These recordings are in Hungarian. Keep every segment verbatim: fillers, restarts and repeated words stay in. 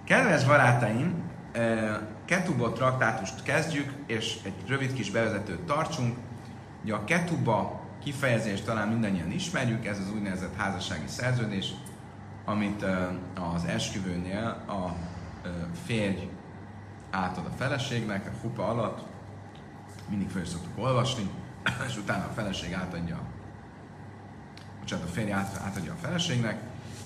Kedves barátaim, Ketubot traktátust kezdjük, és egy rövid kis bevezetőt tartsunk. Ugye a Ketuba kifejezést talán mindannyian ismerjük, ez az úgynevezett házassági szerződés, amit az esküvőnél a férj átad a feleségnek, a hupa alatt, mindig fel is szoktuk olvasni, és utána a feleség átadja, bocsánat, a férj átadja a feleségnek.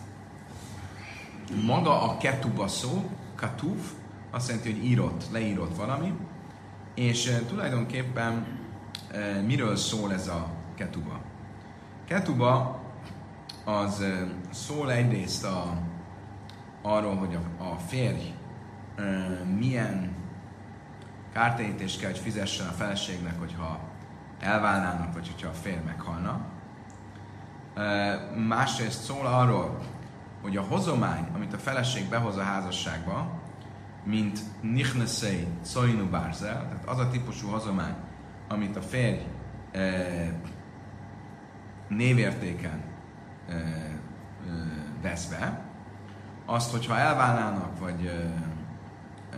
Maga a ketuba szó, katuv, azt jelenti, hogy írott, leírott valami, és e, tulajdonképpen e, miről szól ez a ketuba? Ketuba az e, szól egyrészt a, arról, hogy a, a férj e, milyen kártérítést kell, hogy fizessen a feleségnek, hogyha elválnának, vagy hogyha a férj meghalna. E, másrészt szól arról, hogy a hozomány, amit a feleség behoz a házasságba, mint nichnesei coinu barzel, tehát az a típusú hozomány, amit a férj e, névértéken e, e, vesz be, azt, hogyha elválnának, vagy e, e,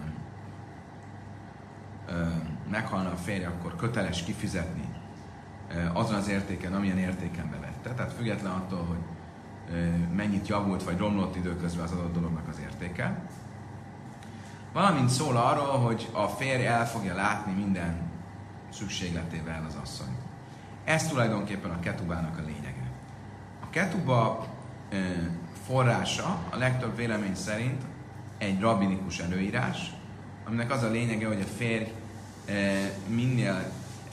e, meghalna a férj, akkor köteles kifizetni e, azon az értéken, amilyen értéken bevette. Tehát független attól, hogy mennyit javult vagy romlott időközben az adott dolognak az értéke. Valamint szól arról, hogy a férj el fogja látni minden szükségletével az asszonyt. Ez tulajdonképpen a ketubának a lényege. A ketuba forrása a legtöbb vélemény szerint egy rabbinikus előírás, aminek az a lényege, hogy a férj minél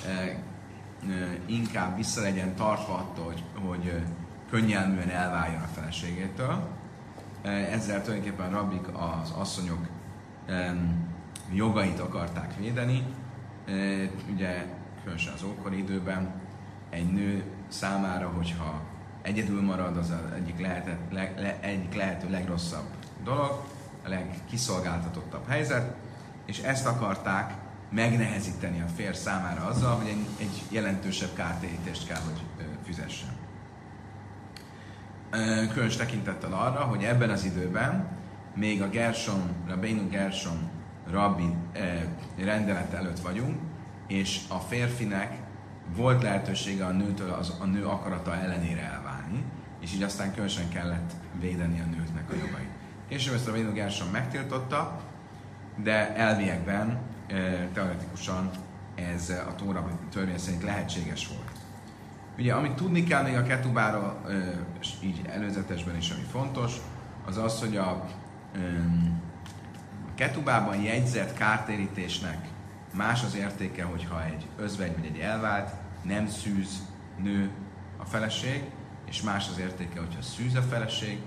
inkább vissza legyen tartva attól, hogy, hogy könnyelműen elváljon a feleségétől. Ezzel tulajdonképpen a rabbik az asszonyok jogait akarták védeni. Ugye, különösen az ókori időben egy nő számára, hogyha egyedül marad, az egyik, lehetett, le, le, egyik lehető legrosszabb dolog, a legkiszolgáltatottabb helyzet, és ezt akarták megnehezíteni a férj számára azzal, hogy egy, egy jelentősebb kártérítést kell, hogy fizessen. Különös tekintettel arra, hogy ebben az időben még a Gershom, Rabbeinu Gershom rabbi eh, rendelet előtt vagyunk, és a férfinek volt lehetősége a nőtől az, a nő akarata ellenére elválni, és így aztán különösen kellett védeni a nőknek a jogait. Később ezt a Rabbeinu Gershom megtiltotta, de elviekben, eh, teoretikusan ez a Tóra törvény szerint lehetséges volt. Ugye, amit tudni kell még a ketubáról, és így előzetesben is, ami fontos, az az, hogy a, a ketubában jegyzett kártérítésnek más az értéke, hogyha egy özvegy vagy egy elvált, nem szűz nő a feleség, és más az értéke, hogyha szűz a feleség.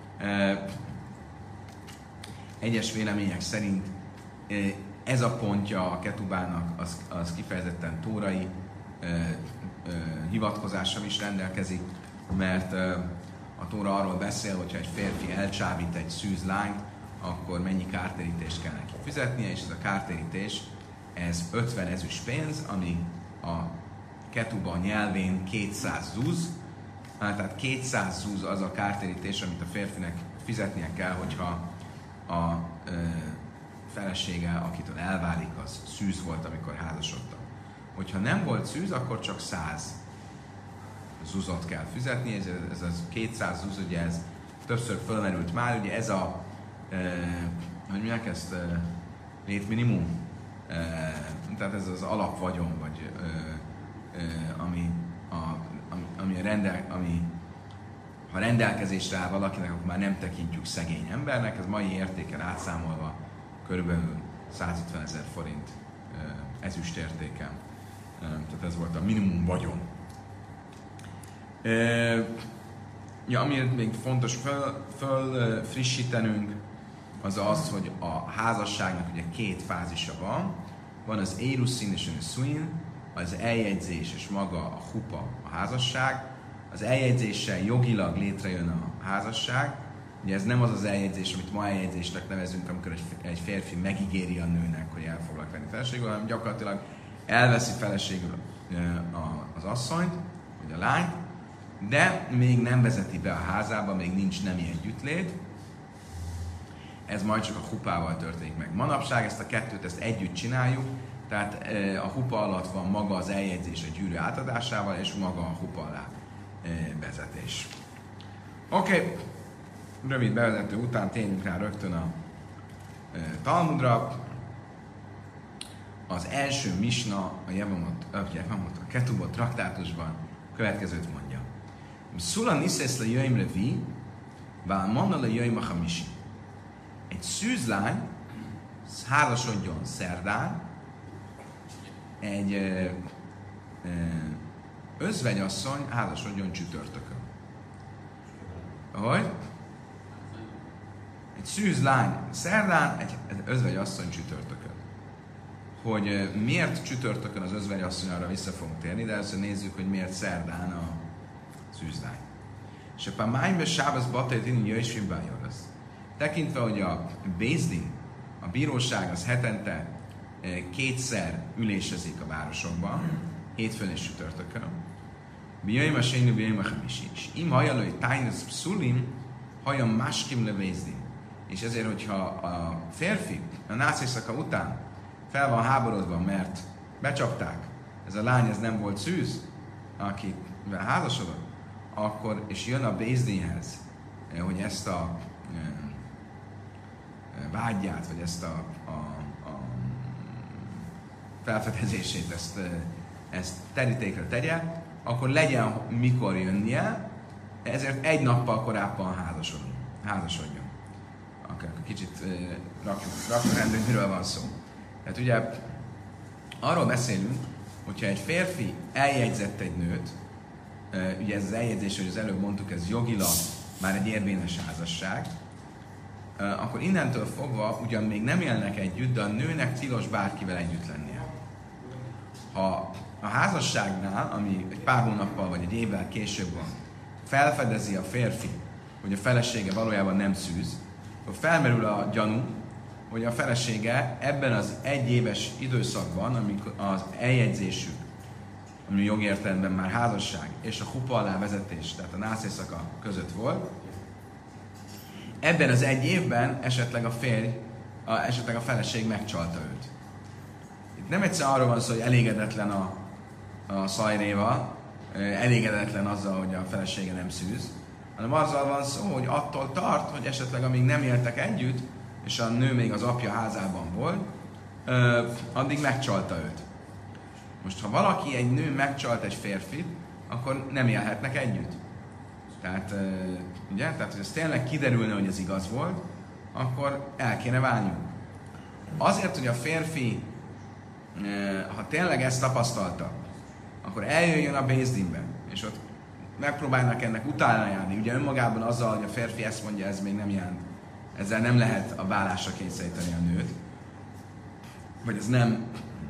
Egyes vélemények szerint ez a pontja a ketubának az, az kifejezetten tórai hivatkozással is rendelkezik, mert a Tóra arról beszél, hogyha egy férfi elcsábít egy szűz lányt, akkor mennyi kártérítést kell neki fizetnie, és ez a kártérítés, ez ötven ezüst pénz, ami a ketuba nyelvén kétszáz zuz, tehát kétszáz zuz az a kártérítés, amit a férfinek fizetnie kell, hogyha a ö, felesége, akitől elválik, az szűz volt, amikor házasodtak. Hogyha nem volt szűz, akkor csak száz zuzot kell fizetni, ez, ez az kétszáz zuz, ugye ez többször fölmerült már, ugye ez a, e, hogy mondják ezt, e, létminimum, e, tehát ez az alapvagyon, vagy e, e, ami, a, ami, ami, a rendel, ami ha rendelkezésre áll valakinek, akkor már nem tekintjük szegény embernek, ez mai értéken átszámolva körülbelül százötven ezer forint e, ezüst értéken. Tehát ez volt a minimum vagyon. E, ja, amiért még fontos föl, föl frissítenünk, az az, hogy a házasságnak ugye két fázisa van. Van az Éruszin és a Szuin, az eljegyzés és maga a hupa a házasság. Az eljegyzéssel jogilag létrejön a házasság. Ugye ez nem az az eljegyzés, amit ma eljegyzésnek nevezünk, amikor egy, egy férfi megígéri a nőnek, hogy el foglak venni feleségül, hanem gyakorlatilag elveszi feleségül az asszonyt, vagy a lányt, de még nem vezeti be a házába, még nincs nemi együttlét. ez majd csak a hupával történik meg. Manapság ezt a kettőt ezt együtt csináljuk, tehát a hupa alatt van maga az eljegyzés a gyűrű átadásával, és maga a hupa alá vezetés. Oké, okay. Rövid bevezető után térjünk rá rögtön a Talmudra. Az első misna a Jevamot, a Ketubot traktátusban következőt mondja. Szula niszesz le jöjjm revi, vál manna le jöjjm a hamisi. Egy szűzlány házasodjon szerdán, egy ö, ö, özvegyasszony házasodjon csütörtökön. Ahogy? Egy szűzlány szerdán, egy, egy özvegyasszony csütörtökön. Hogy ö, miért csütörtökön az özvegyasszonyra vissza fogunk térni, de először nézzük, hogy miért szerdán a szűzlány. És a májmbe sábasz batajtini jöjjsvim bájorsz. Tekintve, hogy a Bézdin, a bíróság az hetente kétszer ülésezik a városokban, hétfőn és csütörtökön. Bijaim a sényű, bijaim a hamisi. És im hajjalói tájnesz pszulim, hajjam máskim le Bézdin. És ezért, hogyha a férfi a nász éjszaka után fel van háborodva, mert becsapták, ez a lány ez nem volt szűz, akivel házasodott, akkor, és jön a Bézdinhez, hogy ezt a vágyját, vagy ezt a, a, a felfedezését, ezt, ezt terítékre tegye, akkor legyen mikor jönnie, ezért egy nappal korábban házasodjon. házasodjon. Akkor kicsit rakjuk, rakjuk rendben, miről van szó. Tehát ugye arról beszélünk, hogyha egy férfi eljegyzett egy nőt, ugye ez az eljegyzés, hogy az előbb mondtuk, ez jogilag már egy érvényes házasság, akkor innentől fogva ugyan még nem élnek együtt, de a nőnek tilos bárkivel együtt lennie. Ha a házasságnál, ami egy pár hónappal vagy egy évvel később van, felfedezi a férfi, hogy a felesége valójában nem szűz, akkor felmerül a gyanú, hogy a felesége ebben az egyéves időszakban, amikor az eljegyzésük, ami jogértelemben már házasság, és a hupa alá vezetés, tehát a nász éjszaka között volt, ebben az egy évben esetleg a férj, a, esetleg a feleség megcsalta őt. Itt nem egyszer arról van szó, hogy elégedetlen a, a szajréval, elégedetlen azzal, hogy a felesége nem szűz, hanem azzal van szó, hogy attól tart, hogy esetleg amíg nem éltek együtt, és a nő még az apja házában volt, addig megcsalta őt. Most, ha valaki, egy nő megcsalt egy férfit, akkor nem élhetnek együtt. Tehát, ugye, tehát, hogy ez tényleg kiderülne, hogy ez igaz volt, akkor el kéne válniuk. Azért, hogy a férfi, ha tényleg ezt tapasztalta, akkor eljöjjön a Bézdinbe, és ott megpróbálnak ennek utána járni. Ugye önmagában azzal, hogy a férfi ezt mondja, ez még nem jelent. Ezzel nem lehet a vállásra kényszeríteni a nőt. Vagy ez nem,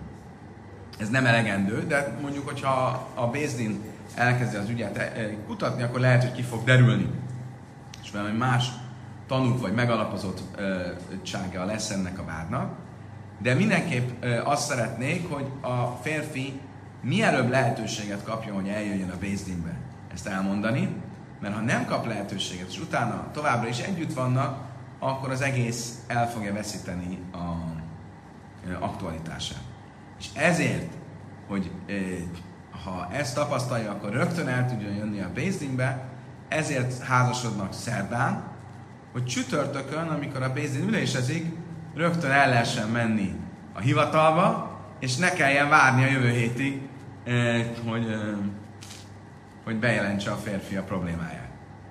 ez nem elegendő, de mondjuk, hogyha a Bézdin elkezdi az ügyet kutatni, akkor lehet, hogy ki fog derülni. És valami más tanúk vagy megalapozottsága lesz ennek a vádnak. De mindenképp azt szeretnék, hogy a férfi mielőbb lehetőséget kapjon, hogy eljöjjön a Bézdinbe ezt elmondani, mert ha nem kap lehetőséget, és utána továbbra is együtt vannak, akkor az egész el fogja veszíteni a aktualitását. És ezért, hogy ha ezt tapasztalja, akkor rögtön el tudjon jönni a Bézdinbe, ezért házasodnak szerdán, hogy csütörtökön, amikor a Bézdin ülésezik, rögtön el lehessen menni a hivatalba, és ne kelljen várni a jövő hétig, hogy, hogy bejelentse a férfi a problémáját.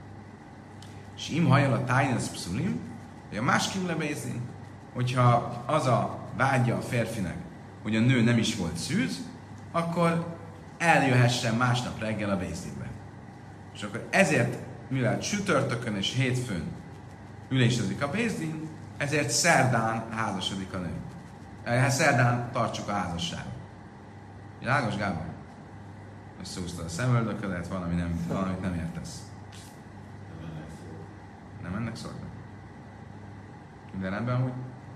És im hajjal a tájnasz pszulim, hogy a máskim le Bézdin, hogyha az a vágya a férfinek, hogy a nő nem is volt szűz, akkor eljöhessen másnap reggel a Bézdinbe. És akkor ezért, mivel csütörtökön és hétfőn ülésezik a Bézdin, ezért szerdán házasodik a nő. Hát szerdán tartsuk a házasságot. Világos, Gábor? Összehúztad a szemöldöködet, valami nem, valamit nem értesz. Nem ennek szóltak? Minden rendben amúgy?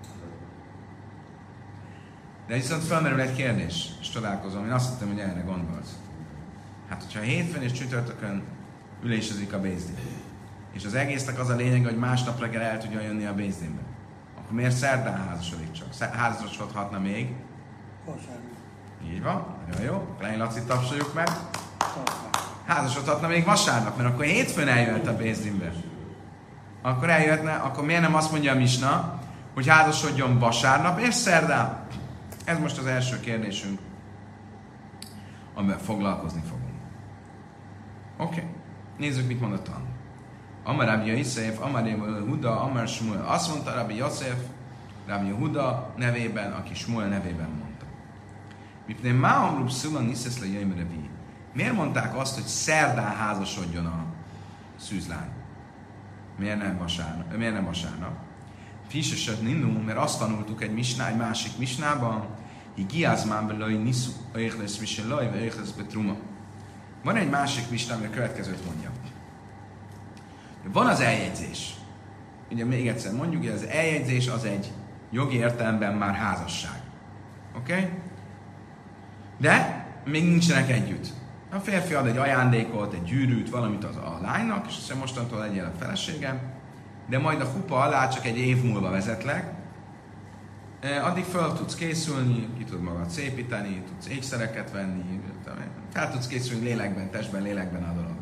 De viszont felmerül egy kérdés, és csodálkozom, én azt hittem, hogy erre gondolsz. Hát, hogyha hétfőn és csütörtökön ülésezik a Bézdin, és az egésznek az a lényeg, hogy másnap reggel el tudja jönni a Bézdinbe, akkor miért szerdán házasodik csak? Házasodhatna még? Vasárnap. Így van, nagyon jó. Klein Laci tapsoljuk meg. Házasodhatna még vasárnap, mert akkor hétfőn eljöhet a Bézdinbe. Akkor eljöhetne, akkor miért nem azt mondja a Misna, hogy házasodjon vasárnap és szerdán? Ez most az első kérdésünk, amivel foglalkozni fogunk. Oké, okay. Nézzük, mit mondott Tanna. Amar Rabbi Yosef, Amar Yehuda, Amar Shmuel. Azt mondta Rabbi Yosef, Rabbi Yehuda nevében, aki Shmuel nevében mondta. Mipnei ma amru pszula niszesz le jöjjön Revi. Miért mondták azt, hogy szerdán házasodjon a szűzlány? Miért nem vasárnap? Miért nem vasárnap? Fisesed ninnu, mert azt tanultuk egy misná, egy másik misnában, hogy giázmán belőle niszu, öjhlesz viselaj, vagy öjhlesz betruma. Van egy másik misná, ami a következőt mondja. Van az eljegyzés. Ugye még egyszer mondjuk, hogy az eljegyzés az egy jogi értelemben már házasság. Oké? Okay? De még nincsenek együtt. A férfi ad egy ajándékot, egy gyűrűt, valamit az a lánynak, és aztán mostantól legyél a feleségem, de majd a hupa alá csak egy év múlva vezetlek, addig fel tudsz készülni, ki tud magad szépíteni, tudsz ékszereket venni, fel tudsz készülni lélekben, testben, lélekben a dolog.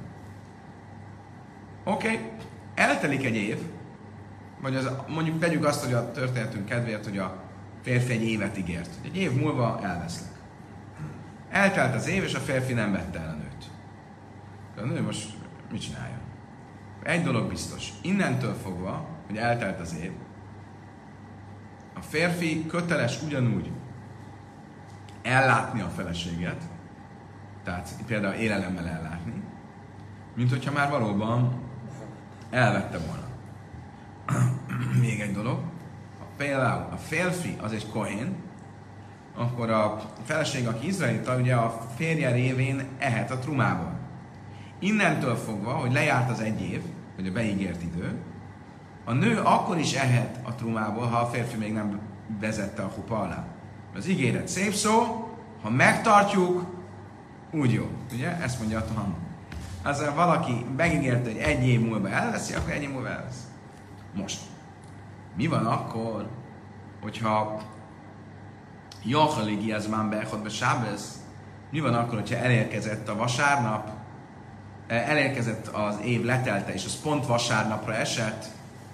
Oké, okay. Eltelik egy év, vagy az, mondjuk tegyük azt, hogy a történetünk kedvéért, hogy a férfi egy évet ígért. Egy év múlva elveszlek. Eltelt az év, és a férfi nem vette el a nőt. A nő most mit csinálja? Egy dolog biztos. Innentől fogva, hogy eltelt az év, a férfi köteles ugyanúgy ellátni a feleséget, tehát például élelemmel ellátni, mint hogyha már valóban elvette volna. Még egy dolog. Ha például a férfi az egy kohén, akkor a feleség, aki izraelita, ugye a férje révén ehet a trumából. Innentől fogva, hogy lejárt az egy év, vagy a beígért idő, a nő akkor is ehet a trumából, ha a férfi még nem vezette a hupa alá. Az ígéret szép szó, ha megtartjuk, úgy jó. Ugye? Ezt mondja a Tanna. Aztán valaki megígérte, hogy egy év múlva elveszi, akkor egy év múlva elveszi. Most. Mi van akkor, hogyha Jachaligi ez már beechod be sábesz, mi van akkor, hogyha elérkezett a vasárnap, elérkezett az év letelte, és az pont vasárnapra esett,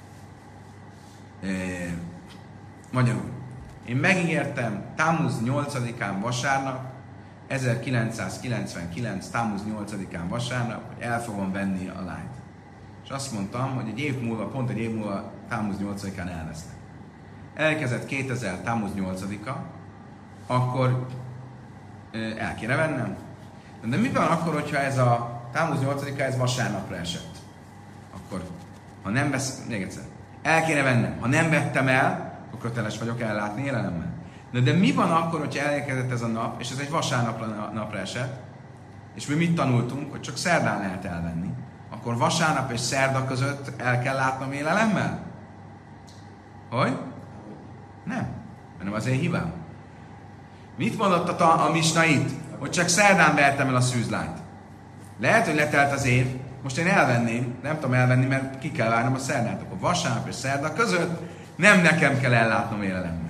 e, magyarul. Én megígértem Tammuz nyolcadikán vasárnap, ezerkilencszázkilencvenkilenc Tammuz nyolcadikán vasárnap, hogy el fogom venni a lányt. És azt mondtam, hogy egy év múlva, pont egy év múlva Tammuz nyolcadikán elvesznek. Elkezdett kétezer Tammuz nyolcadika, akkor el kéne vennem. De mi van akkor, hogyha ez a Tammuz nyolcadika ez vasárnapra esett? Akkor, ha nem vesz, még egyszer, el kéne vennem. Ha nem vettem el, akkor köteles vagyok ellátni élelemmel. De, de mi van akkor, hogyha elérkezett ez a nap, és ez egy vasárnapra napra esett, és mi mit tanultunk, hogy csak szerdán lehet elvenni, akkor vasárnap és szerda között el kell látnom élelemmel? Hogy? Nem. Hanem az én hibám. Mit mondott a, a misna itt? Hogy csak szerdán vertem el a szűzlányt. Lehet, hogy letelt az év, most én elvenném, nem tudom elvenni, mert ki kell várnom a szerdát. Akkor vasárnap és szerda között nem nekem kell ellátnom élelemmel.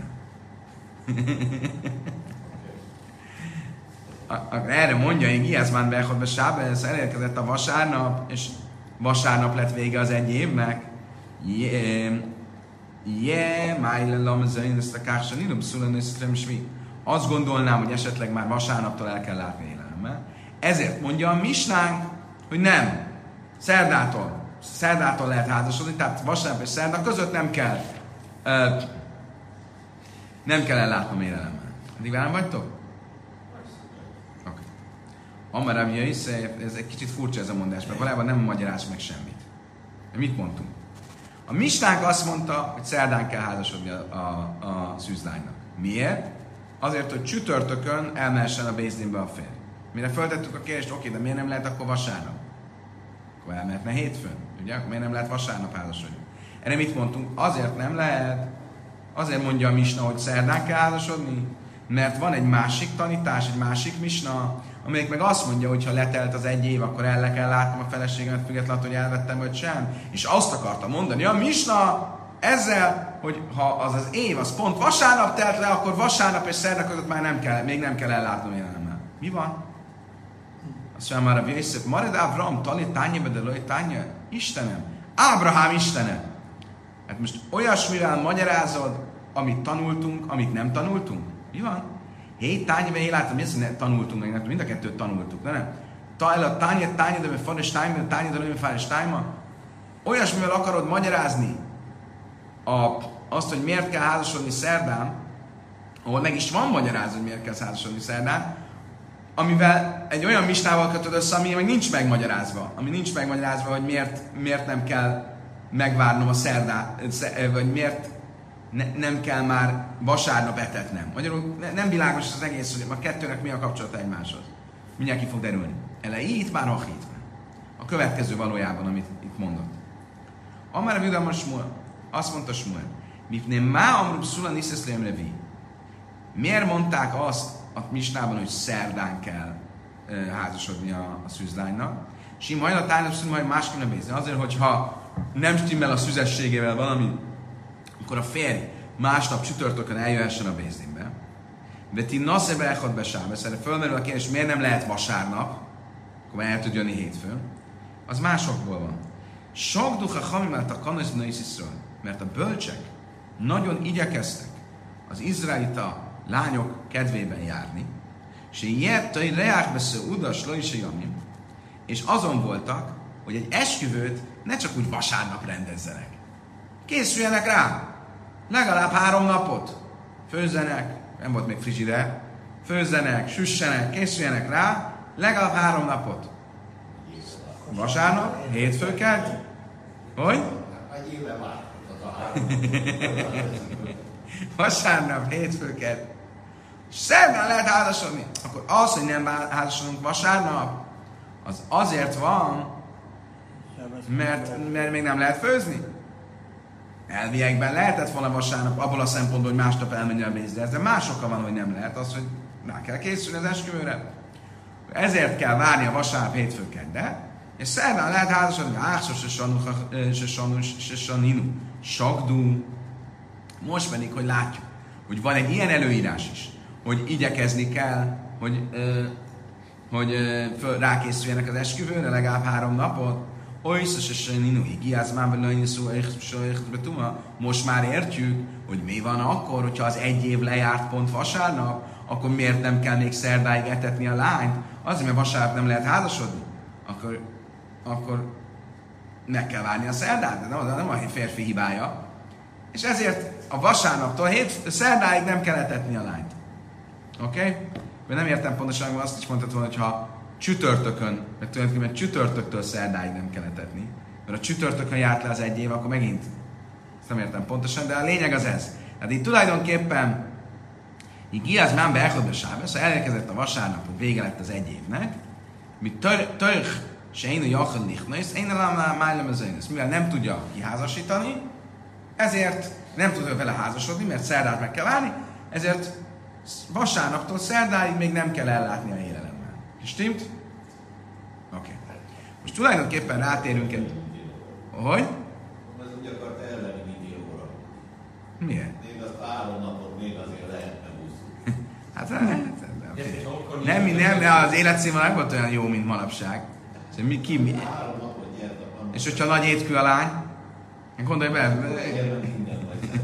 Erre mondja, hogy Giázmán Bechod be Sábesz, elérkezett a vasárnap, és vasárnap lett vége az egy évnek. Jé, jé, májlellam zain ezt a kársan, ilum szulan összetrem svi. Azt gondolnám, hogy esetleg már vasárnaptól el kell látni élelemmel. Ezért mondja a misnánk, hogy nem. Szerdától. Szerdától lehet házasodni, tehát vasárnap és szerda között nem kell uh, nem kell ellátnom élelemmel. Eddig velem vagytok? Oké. Okay. Amar Rabbi Yosef, ez egy kicsit furcsa ez a mondás, mert valójában nem magyaráz meg semmit. De mit mondtunk? A misnánk azt mondta, hogy szerdán kell házasodni a, a, a szűzlánynak. Miért? Azért, hogy csütörtökön elmehessen a Bézdinbe a férj. Mire föltettük a kérdést, oké, de miért nem lehet akkor vasárnap? Akkor elmehetne hétfőn, ugye? Akkor miért nem lehet vasárnap házasodni? Erre mit mondtunk? Azért nem lehet, azért mondja a misna, hogy szerdán kell házasodni, mert van egy másik tanítás, egy másik misna, amelyik meg azt mondja, hogy ha letelt az egy év, akkor el le kell látnom a feleségemet, függetlenül, hogy elvettem vagy sem. És azt akarta mondani a misna, ezzel, hogy ha az az év, az pont vasárnap telt le, akkor vasárnap és szerda között már nem kell, még nem kell ellátnom jelenemmel. Mi van? Azt mondja már a Vészép, Mared Ábrahám, Tali, Tányi, de Loj, Tányi, Istenem, Ábrahám Istene. Hát most olyasmivel magyarázod, amit tanultunk, amit nem tanultunk? Mi van? Hé, Tányi, mert én látom, mi az, hogy tanultunk meg, mind a kettőt tanultuk, de nem? Tajla, Tányi, Tányi, de Far és Tájma, Tányi, de Far és Tájma. Olyasmivel akarod magyarázni a, azt, hogy miért kell házasodni szerdán, ahol meg is van magyarázva, hogy miért kell házasodni szerdán, amivel egy olyan misnával kötöd össze, ami meg nincs megmagyarázva. Ami nincs megmagyarázva, hogy miért, miért nem kell megvárnom a szerdát, vagy miért ne, nem kell már vasárnap etetnem. Magyarul ne, nem világos az egész, hogy a kettőnek mi a kapcsolata egymáshoz. Mindjárt ki fog derülni. Ele itt már hachít. A következő valójában, amit itt mondott. Amára Vidalmas Smuel, azt mondta Smuel, mifném má amrub szula niszeszlém revi. Miért mondták azt a misnában, hogy szerdán kell uh, házasodni a, a szűzlánynak? Sim hajna tájnap szűn majd másképp nem bézni. Azért, hogyha nem stimmel a szüzességével valami, akkor a férj másnap csütörtökön eljöhessen a bézdinbe. De ti naszebe elhad be sábesz, erre fölmerül a kérdés, miért nem lehet vasárnap, akkor el tud jönni hétfőn. Az másokból van. Sok duha hamimelt a kanazna Iszről, mert a bölcsek nagyon igyekeztek az izraelita lányok kedvében járni, és ilyettai reák beszél udas loise jamim, és azon voltak, hogy egy esküvőt ne csak úgy vasárnap rendezzenek. Készüljenek rá! Legalább három napot. Főzzenek, nem volt még frizside, főzzenek, süssenek, készüljenek rá, legalább három napot. Vasárnap, hétfőkelt, hogy? Vasárnap, hétfőkelt. Szerdán lehet házasodni. Akkor az, hogy nem házasodunk vasárnap, az azért van, mert, mert még nem lehet főzni. Elviekben lehetett volna vasárnap, abból a szempontból, hogy másnap elmenjen a bézdre, de másokkal van, hogy nem lehet. Az, hogy rá kell készülni az esküvőre. Ezért kell várni a vasárnap hétfőket, de és szerdán lehet házasodni, áhsos se saninu, sakdú. Most pedig, hogy látjuk, hogy van egy ilyen előírás is, hogy igyekezni kell, hogy, ö, hogy ö, föl, rákészüljenek az esküvőre legalább három napot. Most már értjük, hogy mi van akkor, hogyha az egy év lejárt pont vasárnap, akkor miért nem kell még szerdáig etetni a lányt? Azért, mert vasárnap nem lehet házasodni. Akkor, akkor meg kell várni a szerdát, de nem, nem a férfi hibája. És ezért a vasárnaptól hét, szerdáig nem kell etetni a lányt. Oké? Okay? Mert nem értem pontosan, hogy azt is mondtad volna, hogy ha csütörtökön, mert tulajdonképpen csütörtöktől szerdáig nem kell etetni, mert a csütörtökön járt le az egy év, akkor megint ezt nem értem pontosan, de a lényeg az ez. Tehát itt tulajdonképpen így giáz már beelhodva sábesz, ha elérkezett a vasárnap, hogy vége lett az egy évnek, mi törh se én a jachad lichnasz, én a májlem az önös. Mivel nem tudja kiházasítani, ezért nem tudja vele házasodni, mert szerdát meg kell várni, ezért vasárnaptól szerdáig még nem kell ellátni a élelemmel. Stimmt? Oké. Okay. Most tulajdonképpen rátérünk egy... Hogy? Ez úgy akart elleni videóra. Miért? Még azt három napot még azért lehetne húzni. Hát, hát nem, nem, nem, az életszínvonal nem volt olyan jó, mint manapság. Mi, ki, mi? Három napot nyertek. És hogyha nagy étkű a lány, gondolj be. Minden vagy.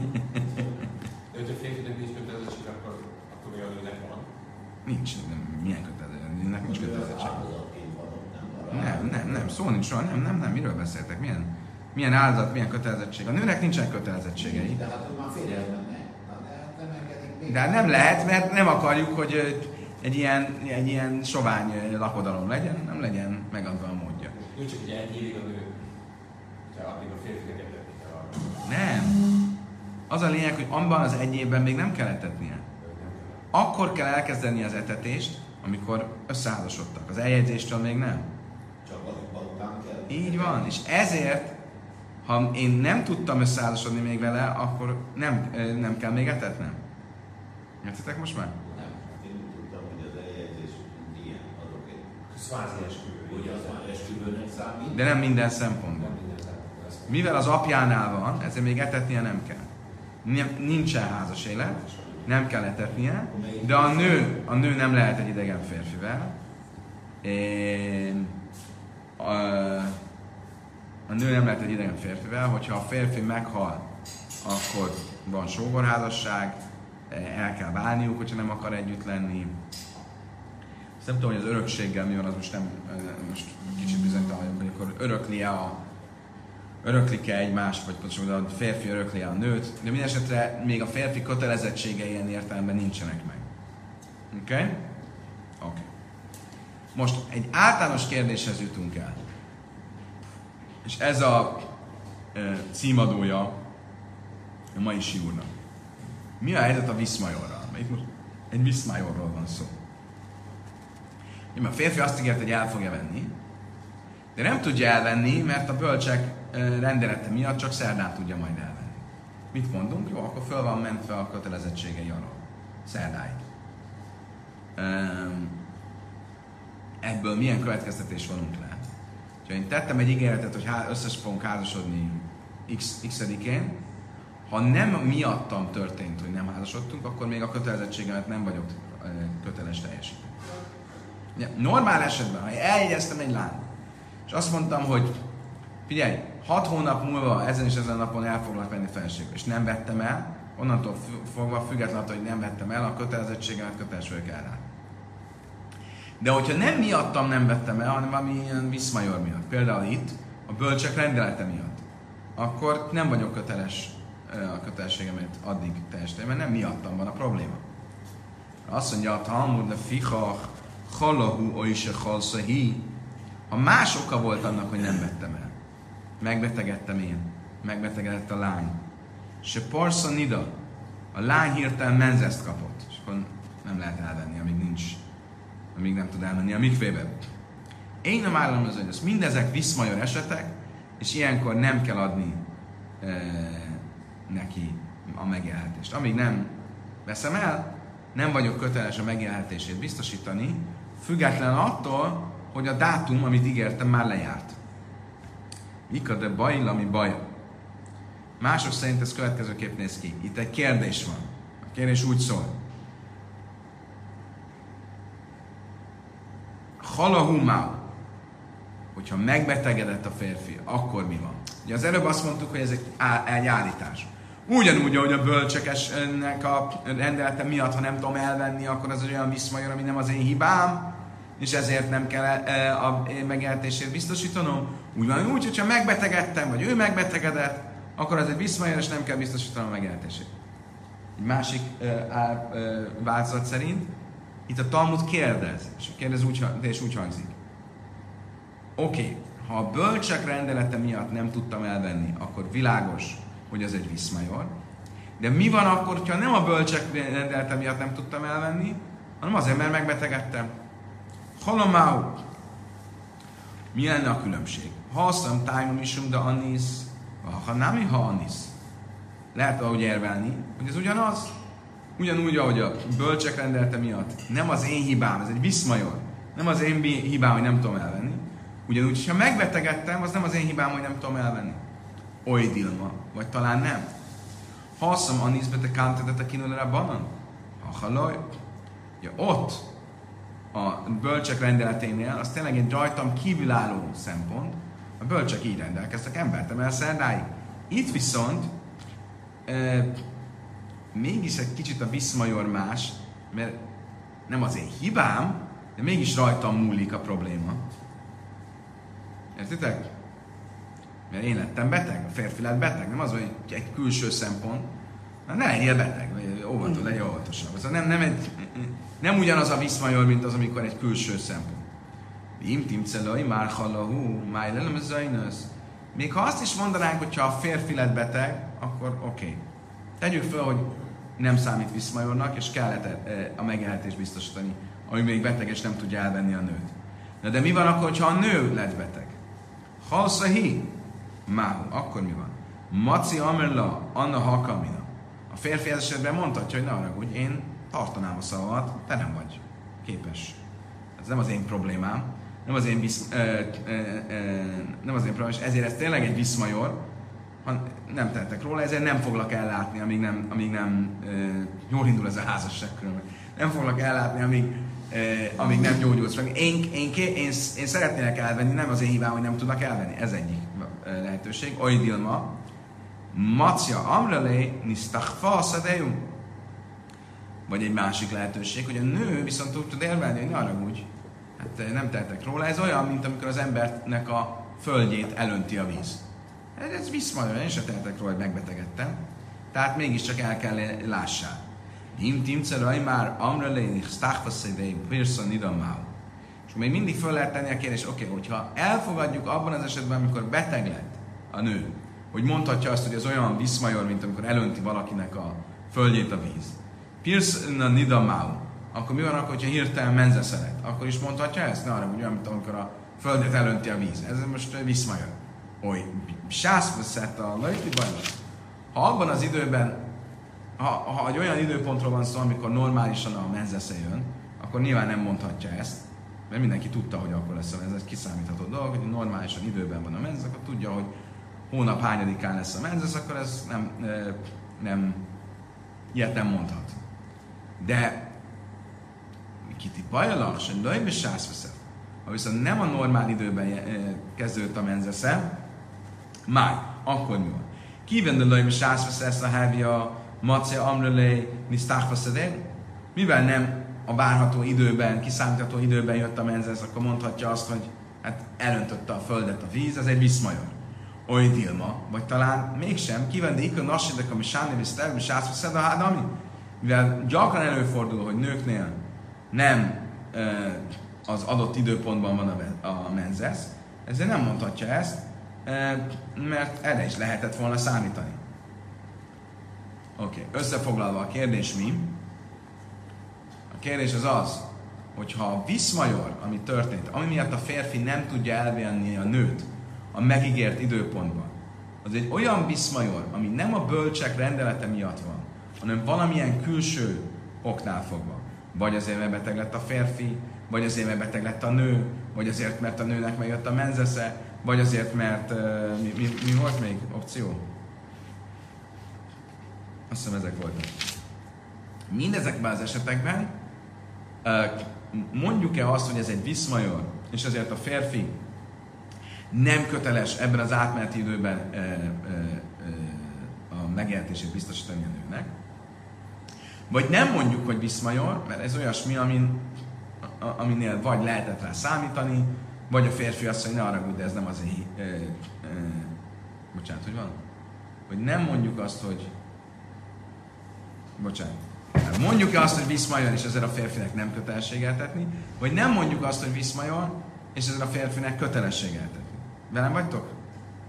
De hogyha férfinek nincs kötelezettség, akkor, akkor olyan nőnek van? Nincs, nem, milyen kötelezettség? Nőnek nincs kötelezettség. Nem, nem, nem, szó nincs róla, nem, nem, nem, miről beszéltek? Milyen, milyen áldozat, milyen kötelezettség? A nőnek nincsenek kötelezettségei. De hát már férjel mennek. De nem engedik még. De nem lehet, mert nem akarjuk, hogy egy ilyen, egy ilyen sovány lakodalom legyen, nem legyen megadva a módja. Nincs csak egy egy évig a nő, hogyha addig a férfinek etetni kell arra. Nem. Az a lényeg, hogy abban az egy évben még nem kell etetnie. Akkor kell elkezdeni az etetést, amikor összeházasodtak. Az eljegyzéstől még nem. Csak azután kell. Így van. És ezért, ha én nem tudtam összeházasodni még vele, akkor nem, nem kell még etetnem. Értitek most már? Nem. Én úgy tudtam, hogy az eljegyzés ilyen azok egy. Szvázi esküvő. Ugye az már esküvőnek számít. De nem minden szempontból. Nem minden szempontból. mivel az apjánál van, ezért még etetnie nem kell. Nincsen házas élet, nem kell etetnie, de a nő, a nő nem lehet egy idegen férfivel. A, a nő nem lehet egy idegen férfivel, hogyha a férfi meghal, akkor van sógorházasság, el kell válniuk, hogyha nem akar együtt lenni. Azt nem tudom, hogy az örökséggel mi van, az most nem, most kicsit bizonytalan, hogy akkor örökli-e a öröklik-e egymást, vagy pontosan a férfi örökli a nőt, de minden esetre még a férfi kötelezettségei ilyen értelemben nincsenek meg. Oké? Okay? Oké. Okay. Most egy általános kérdéshez jutunk el. És ez a e, címadója a mai siúrnak. Mi a helyzet a viszmajorral? Itt most egy viszmajorról van szó. A férfi azt ígért, hogy el fogja venni, de nem tudja elvenni, mert a bölcsek rendelete miatt csak szerdán tudja majd elvenni. Mit mondunk? Jó, akkor föl van mentve a kötelezettségei alól. Szerdáig. Ebből milyen következtetés vonunk le? Ha én tettem egy ígéretet, hogy összes fogunk házasodni x, x-edikén, ha nem miattam történt, hogy nem házasodtunk, akkor még a kötelezettségemet nem vagyok köteles teljesíteni. Normál esetben, ha eljegyeztem egy lányt, és azt mondtam, hogy figyelj, hat hónap múlva ezen és ezen a napon el foglak venni feleségül, és nem vettem el, onnantól fogva függetlenül, hogy nem vettem el, a kötelezettségemet köteles vagyok el rá. De hogyha nem miattam nem vettem el, hanem valami ilyen viszmajor miatt, például itt, a bölcsek rendelete miatt, akkor nem vagyok köteles a kötelességemet addig teljesíteni, mert nem miattam van a probléma. Azt mondja, a Talmud, de ficha, halahu, oise, halszahi, ha más oka volt annak, hogy nem vettem el. Megbetegedtem én. Megbetegedett a lány. Se parsa nida. A lány hirtelen menzezt kapott. És akkor nem lehet elvenni, amíg nincs, amíg nem tud elmenni a mikvébe. Én nem állom az, hogy ez mindezek viszmajor esetek, és ilyenkor nem kell adni e, neki a megélhetést. Amíg nem veszem el, nem vagyok köteles a megélhetését biztosítani, független attól, hogy a dátum, amit ígértem, már lejárt. Mika de bajl, ami baj. Mások szerint ez következőképp néz ki. Itt egy kérdés van. A kérdés úgy szól. Halahumau. Hogyha megbetegedett a férfi, akkor mi van? Ugye az előbb azt mondtuk, hogy ez egy, á, egy állítás. Ugyanúgy, ahogy a bölcsekesnek a rendelete miatt, ha nem tudom elvenni, akkor az olyan viszmajor, ami nem az én hibám, és ezért nem kell a megélhetését biztosítanom. Úgy van úgy, hogyha megbetegedtem, vagy ő megbetegedett, akkor ez egy viszmajor, és nem kell biztosítanom a megélhetését. Egy másik uh, uh, változat szerint itt a Talmud kérdez, és a kérdez úgy, és úgy hangzik. Oké, okay, ha a bölcsek rendelete miatt nem tudtam elvenni, akkor világos, hogy ez egy viszmajor. De mi van akkor, ha nem a bölcsek rendelete miatt nem tudtam elvenni, hanem azért, mert megbetegedtem? Halomau. Mi lenne a különbség? Ha azt mondom, tájmon isum, de annis, ha nem, ha annis. Lehet ahogy érvelni, hogy ez ugyanaz. Ugyanúgy, ahogy a bölcsek rendelte miatt nem az én hibám, ez egy viszmajor. Nem az én hibám, hogy nem tudom elvenni. Ugyanúgy, ha megbetegedtem, az nem az én hibám, hogy nem tudom elvenni. Oly dilma, vagy talán nem. Ha azt mondom, annis, te kántedet a kinulera banan? Ha halaj. Ja, ott a bölcsek rendeleténél, az tényleg egy rajtam kívülálló szempont. A bölcsek így rendelkeztek, embertem el szerdáig. Itt viszont e, mégis egy kicsit a viszmajor más, mert nem az én hibám, de mégis rajtam múlik a probléma. Értitek? Mert én lettem beteg, a férfi lett beteg, nem az, hogy egy külső szempont. Na, ne legyél beteg, óvatod, legyél óvatosabb. Ez nem, nem, egy, nem ugyanaz a viszmajor, mint az, amikor egy külső szempont. Im timcelai, már halahú, májlelem ez zajnöz. Még ha azt is mondanánk, hogy ha a férfi lett beteg, akkor oké. Okay. Tegyük fel, hogy nem számít viszmajornak, és kellett a megélhetést biztosítani, ami még beteg, és nem tudja elvenni a nőt. Na de mi van akkor, ha a nő lett beteg? Halszahi, máhu, akkor mi van? Maci amerla, anna hakamina. A férfi ez esetben mondhatja, hogy ne haragudj, én tartanám a szavamat, te nem vagy képes. Ez nem az én problémám, nem az én, visz, ö, ö, ö, nem az én problémám, és ezért ez tényleg egy viszmajor, ha nem tehetek róla, ezért nem foglak ellátni, amíg nem, amíg nem e, jól indul ez a házasság különben. Nem foglak ellátni, amíg, e, amíg nem gyógyulsz meg. Én, én, én, én, én szeretnének elvenni, nem az én hibám, hogy nem tudnak elvenni. Ez egyik lehetőség. Oidilma, Macia amrelé, nisztachfa szadejum. Vagy egy másik lehetőség, hogy a nő viszont úgy tud élvelni, hogy ne haragudj. Hát nem tehetek róla. Ez olyan, mint amikor az embernek a földjét elönti a víz. Ez, ez viszmajor, én sem tehetek róla, hogy megbetegedtem. Tehát mégiscsak el kell lássál. Im timceraj már amrelé, nisztachfa szadejum, pirszon nidamál. És még mindig föl lehet tenni a kérdést, oké, okay, hogyha elfogadjuk abban az esetben, amikor beteg lett a nő, hogy mondhatja azt, hogy ez olyan viszmajor, mint amikor elönti valakinek a földjét a víz. Pirszna nidamau. Akkor mi van akkor, hogyha hirtelen menze szeret? Akkor is mondhatja ezt? Ne arra, hogy olyan, mint amikor a földet elönti a víz. Ez most viszmajor. Oly, sászveszett a lajti bajnak. Ha abban az időben, ha, ha egy olyan időpontról van szó, amikor normálisan a menzesze jön, akkor nyilván nem mondhatja ezt, mert mindenki tudta, hogy akkor lesz a menz, ez kiszámítható dolog, hogy normálisan időben van a menz, akkor tudja, hogy hónap hányadikán lesz a menz, akkor ez nem, nem, ilyet nem mondhat. De kiti bajlak, se lőjbe sászveszed. Ha viszont nem a normál időben kezdődött a menzesze, máj, akkor mi van? Kívende lőjbe sászveszed ezt a hávja, macia amrelé, nisztáhveszedén? Mivel nem a várható időben, kiszámítható időben jött a menzesz, akkor mondhatja azt, hogy hát elöntötte a földet a víz, ez egy viszmajor. Oly dilma, vagy talán mégsem, kívánni ikon nassidek, ami sáni visztel, és ászveszed a hádami. Mivel gyakran előfordul, hogy nőknél nem e, az adott időpontban van a, a menzesz, ezért nem mondhatja ezt, e, mert erre is lehetett volna számítani. Oké, okay. Összefoglalva a kérdés mi? A kérdés az az, hogyha a viszmajor, ami történt, ami miatt a férfi nem tudja elvenni a nőt a megígért időpontban, az egy olyan viszmajor, ami nem a bölcsek rendelete miatt van, hanem valamilyen külső oknál fogva. Vagy azért, mert beteg lett a férfi, vagy azért, mert beteg lett a nő, vagy azért, mert a nőnek megjött a menzesze, vagy azért, mert uh, mi, mi, mi volt még opció? Azt hiszem, ezek voltak. Mindezekben az esetekben uh, mondjuk-e azt, hogy ez egy viszmajor, és ezért a férfi nem köteles ebben az átmeneti időben uh, uh, uh, a megjelentését biztosítani a nőnek, vagy nem mondjuk, hogy viszmajor, mert ez olyasmi, amin, aminél vagy lehetett rá számítani, vagy a férfi azt mondja, ne haragudj, de ez nem az én... E, e, bocsánat, hogy van? Vagy nem mondjuk azt, hogy... Bocsánat. Mondjuk-e azt, hogy viszmajor, és ezzel a férfinek nem kötelessége eltetni, vagy nem mondjuk azt, hogy viszmajor, és ezzel a férfinek kötelessége eltetni. Velem vagytok? Oké.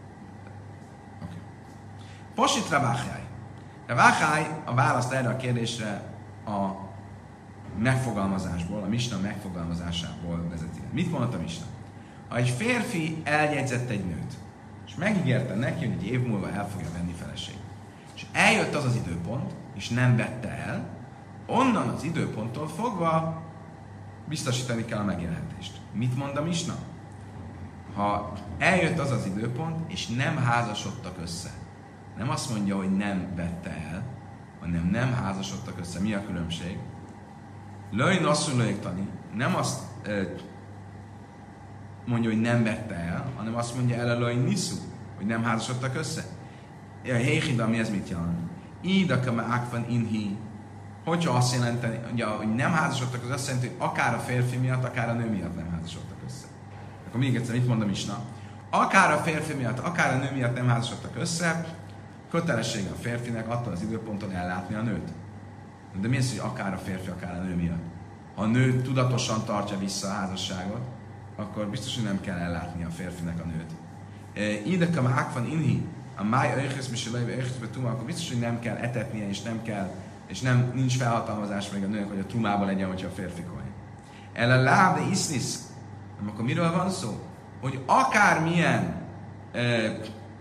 Okay. Posit Rabácháj. Rabácháj a választ erre a kérdésre a megfogalmazásból, a misna megfogalmazásából vezeti. Mit mondott a misna? Ha egy férfi eljegyzett egy nőt, és megígérte neki, hogy egy év múlva el fogja venni feleségül, és eljött az az időpont, és nem vette el, onnan az időponttól fogva biztosítani kell a megélhetést. Mit mond a misna? Ha eljött az az időpont, és nem házasodtak össze, nem azt mondja, hogy nem vette el, hanem nem házasodtak össze. Mi a különbség? Löj nasszul löjtani. Nem azt e, mondja, hogy nem vette el, hanem azt mondja el a löj niszu, hogy nem házasodtak össze. A héhida, mi ez mit jelent? Ídaka me ákvan inhi. Hogyha azt jelenteni, ugye, hogy nem házasodtak, az azt jelenti, hogy akár a férfi miatt, akár a nő miatt nem házasodtak össze. Akkor még egyszer, mit mondom Misna? Akár a férfi miatt, akár a nő miatt nem házasodtak össze, kötelessége a férfinek attól az időponton ellátni a nőt. De mi az, hogy akár a férfi, akár a nő miatt? Ha a nő tudatosan tartja vissza a házasságot, akkor biztos, hogy nem kell ellátni a férfinek a nőt. Ídeka mák van inhi, a máj öjjösz, miselejve öjjösz, akkor biztos, hogy nem kell etetnie, és nem kell, és nem, nincs felhatalmazás még a nőnek, hogy a trumába legyen, hogyha a férfi koly. El a láb de isznisz. Akkor miről van szó? Hogy akármilyen e, e,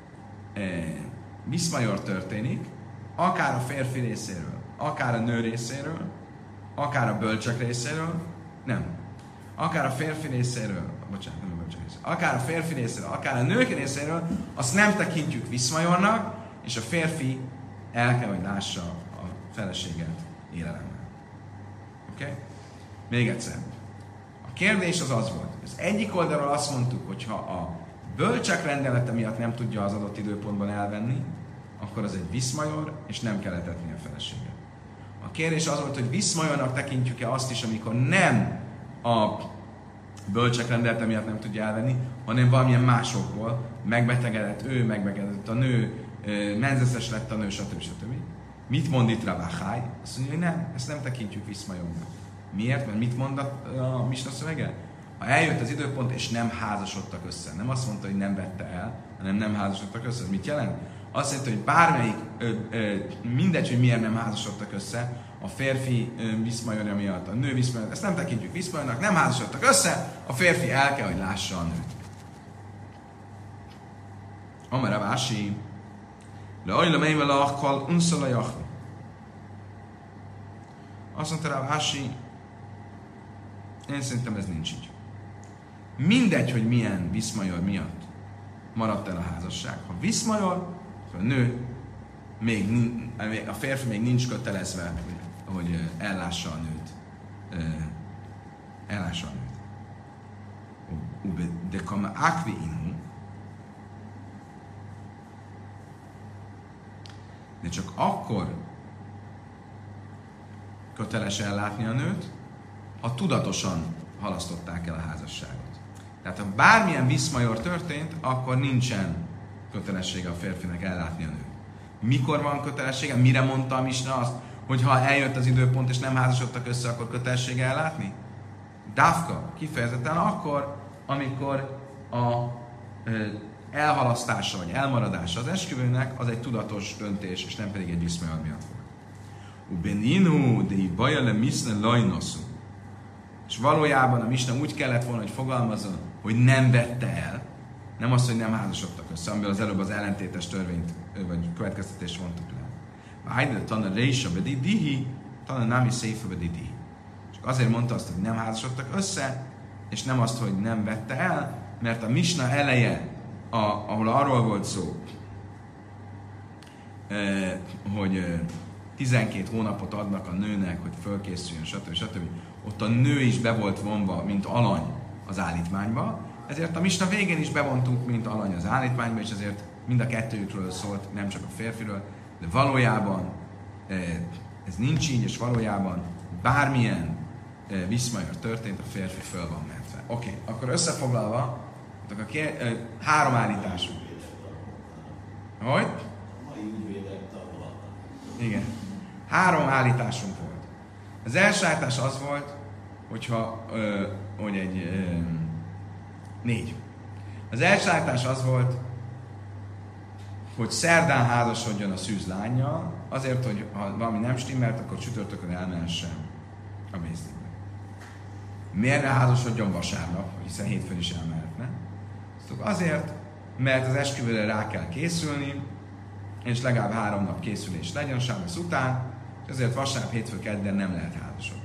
viszmajor történik, akár a férfi részéről, akár a nő részéről, akár a bölcsek részéről, nem. Akár a férfi részéről, bocsánat, nem a bölcsek részéről, akár a férfi részéről, akár a nők részéről, azt nem tekintjük viszmajornak, és a férfi el kell, hogy lássa a feleséget élelemmel. Oké? Okay? Még egyszer. A kérdés az az volt, az egyik oldalról azt mondtuk, hogy ha a bölcsek rendelete miatt nem tudja az adott időpontban elvenni, akkor az egy viszmajor, és nem kell etetni a feleséget. A kérdés az volt, hogy viszmajornak tekintjük-e azt is, amikor nem a bölcsek rendelete miatt nem tudja elvenni, hanem valamilyen másokból megbetegedett ő, megbetegedett a nő, menzeszes lett a nő, stb. stb. Mit mond itt Rav Achai? Azt mondja, hogy nem, ezt nem tekintjük viszmajornak. Miért? Mert mit mond a Misna szövege? Ha eljött az időpont, és nem házasodtak össze. Nem azt mondta, hogy nem vette el, hanem nem házasodtak össze. Ez mit jelent? Azt jelenti, hogy bármelyik, ö, ö, mindegy, hogy miért nem házasodtak össze, a férfi viszmajorja miatt, a nő viszmajorja, ezt nem tekintjük viszmajornak, nem házasodtak össze, a férfi el kell, hogy lássa a nőt. Amara Vási, le ajla melyvel akkal unszala jachni. Azt mondta rá Vási, én szerintem ez nincs így. Mindegy, hogy milyen viszmajor miatt maradt el a házasság. Ha viszmajor, a nő, még, a férfi még nincs kötelezve, hogy ellássa a nőt. Ellássa a nőt. De kama akvi inhu, de csak akkor köteles ellátni a nőt, ha tudatosan halasztották el a házasságot. Tehát ha bármilyen viszmajor történt, akkor nincsen kötelessége a férfinek ellátni a nőt. Mikor van kötelessége? Mire mondta a Misna azt, hogy ha eljött az időpont és nem házasodtak össze, akkor kötelessége ellátni? Dávka, kifejezetten akkor, amikor a ö, elhalasztása vagy elmaradása az esküvőnek az egy tudatos döntés, és nem pedig egy viszmajor miatt volt. Ubeninu de bajale misne lajnoszú. És valójában a Misna úgy kellett volna, hogy fogalmazzon, hogy nem vette el, nem az, hogy nem házasodtak össze, amiből az előbb az ellentétes törvényt, vagy következtetést vontuk le. Vájde tana reisa bedidihi, tana nami széfa bedidihi. Csak azért mondta azt, hogy nem házasodtak össze, és nem azt, hogy nem vette el, mert a Misna eleje, a, ahol arról volt szó, eh, hogy eh, tizenkét hónapot adnak a nőnek, hogy fölkészüljön, stb. stb. Ott a nő is be volt vonva, mint alany az állítmányba, ezért a Misna végén is bevontunk, mint alany az állítmányba, és ezért mind a kettőjükről szólt, nem csak a férfiről, de valójában ez nincs így, és valójában bármilyen viszmajor történt, a férfi föl van mentve. Oké, okay, akkor összefoglalva, a kér, három állításunk. Hogy? Igen. Három állításunk volt. Az első állítás az volt, hogyha, ö, hogy egy ö, négy. Az első állítás az volt, hogy szerdán házasodjon a szűz lánnyal, azért, hogy ha valami nem stimmelt, akkor csütörtökön elmehessen a mészténybe. Miért ne házasodjon vasárnap, hiszen hétfőn is elmehetne? Azért, mert az esküvőre rá kell készülni, és legalább három nap készülés legyen sábasz után, és ezért vasárnap, hétfő, kedden nem lehet házasodni.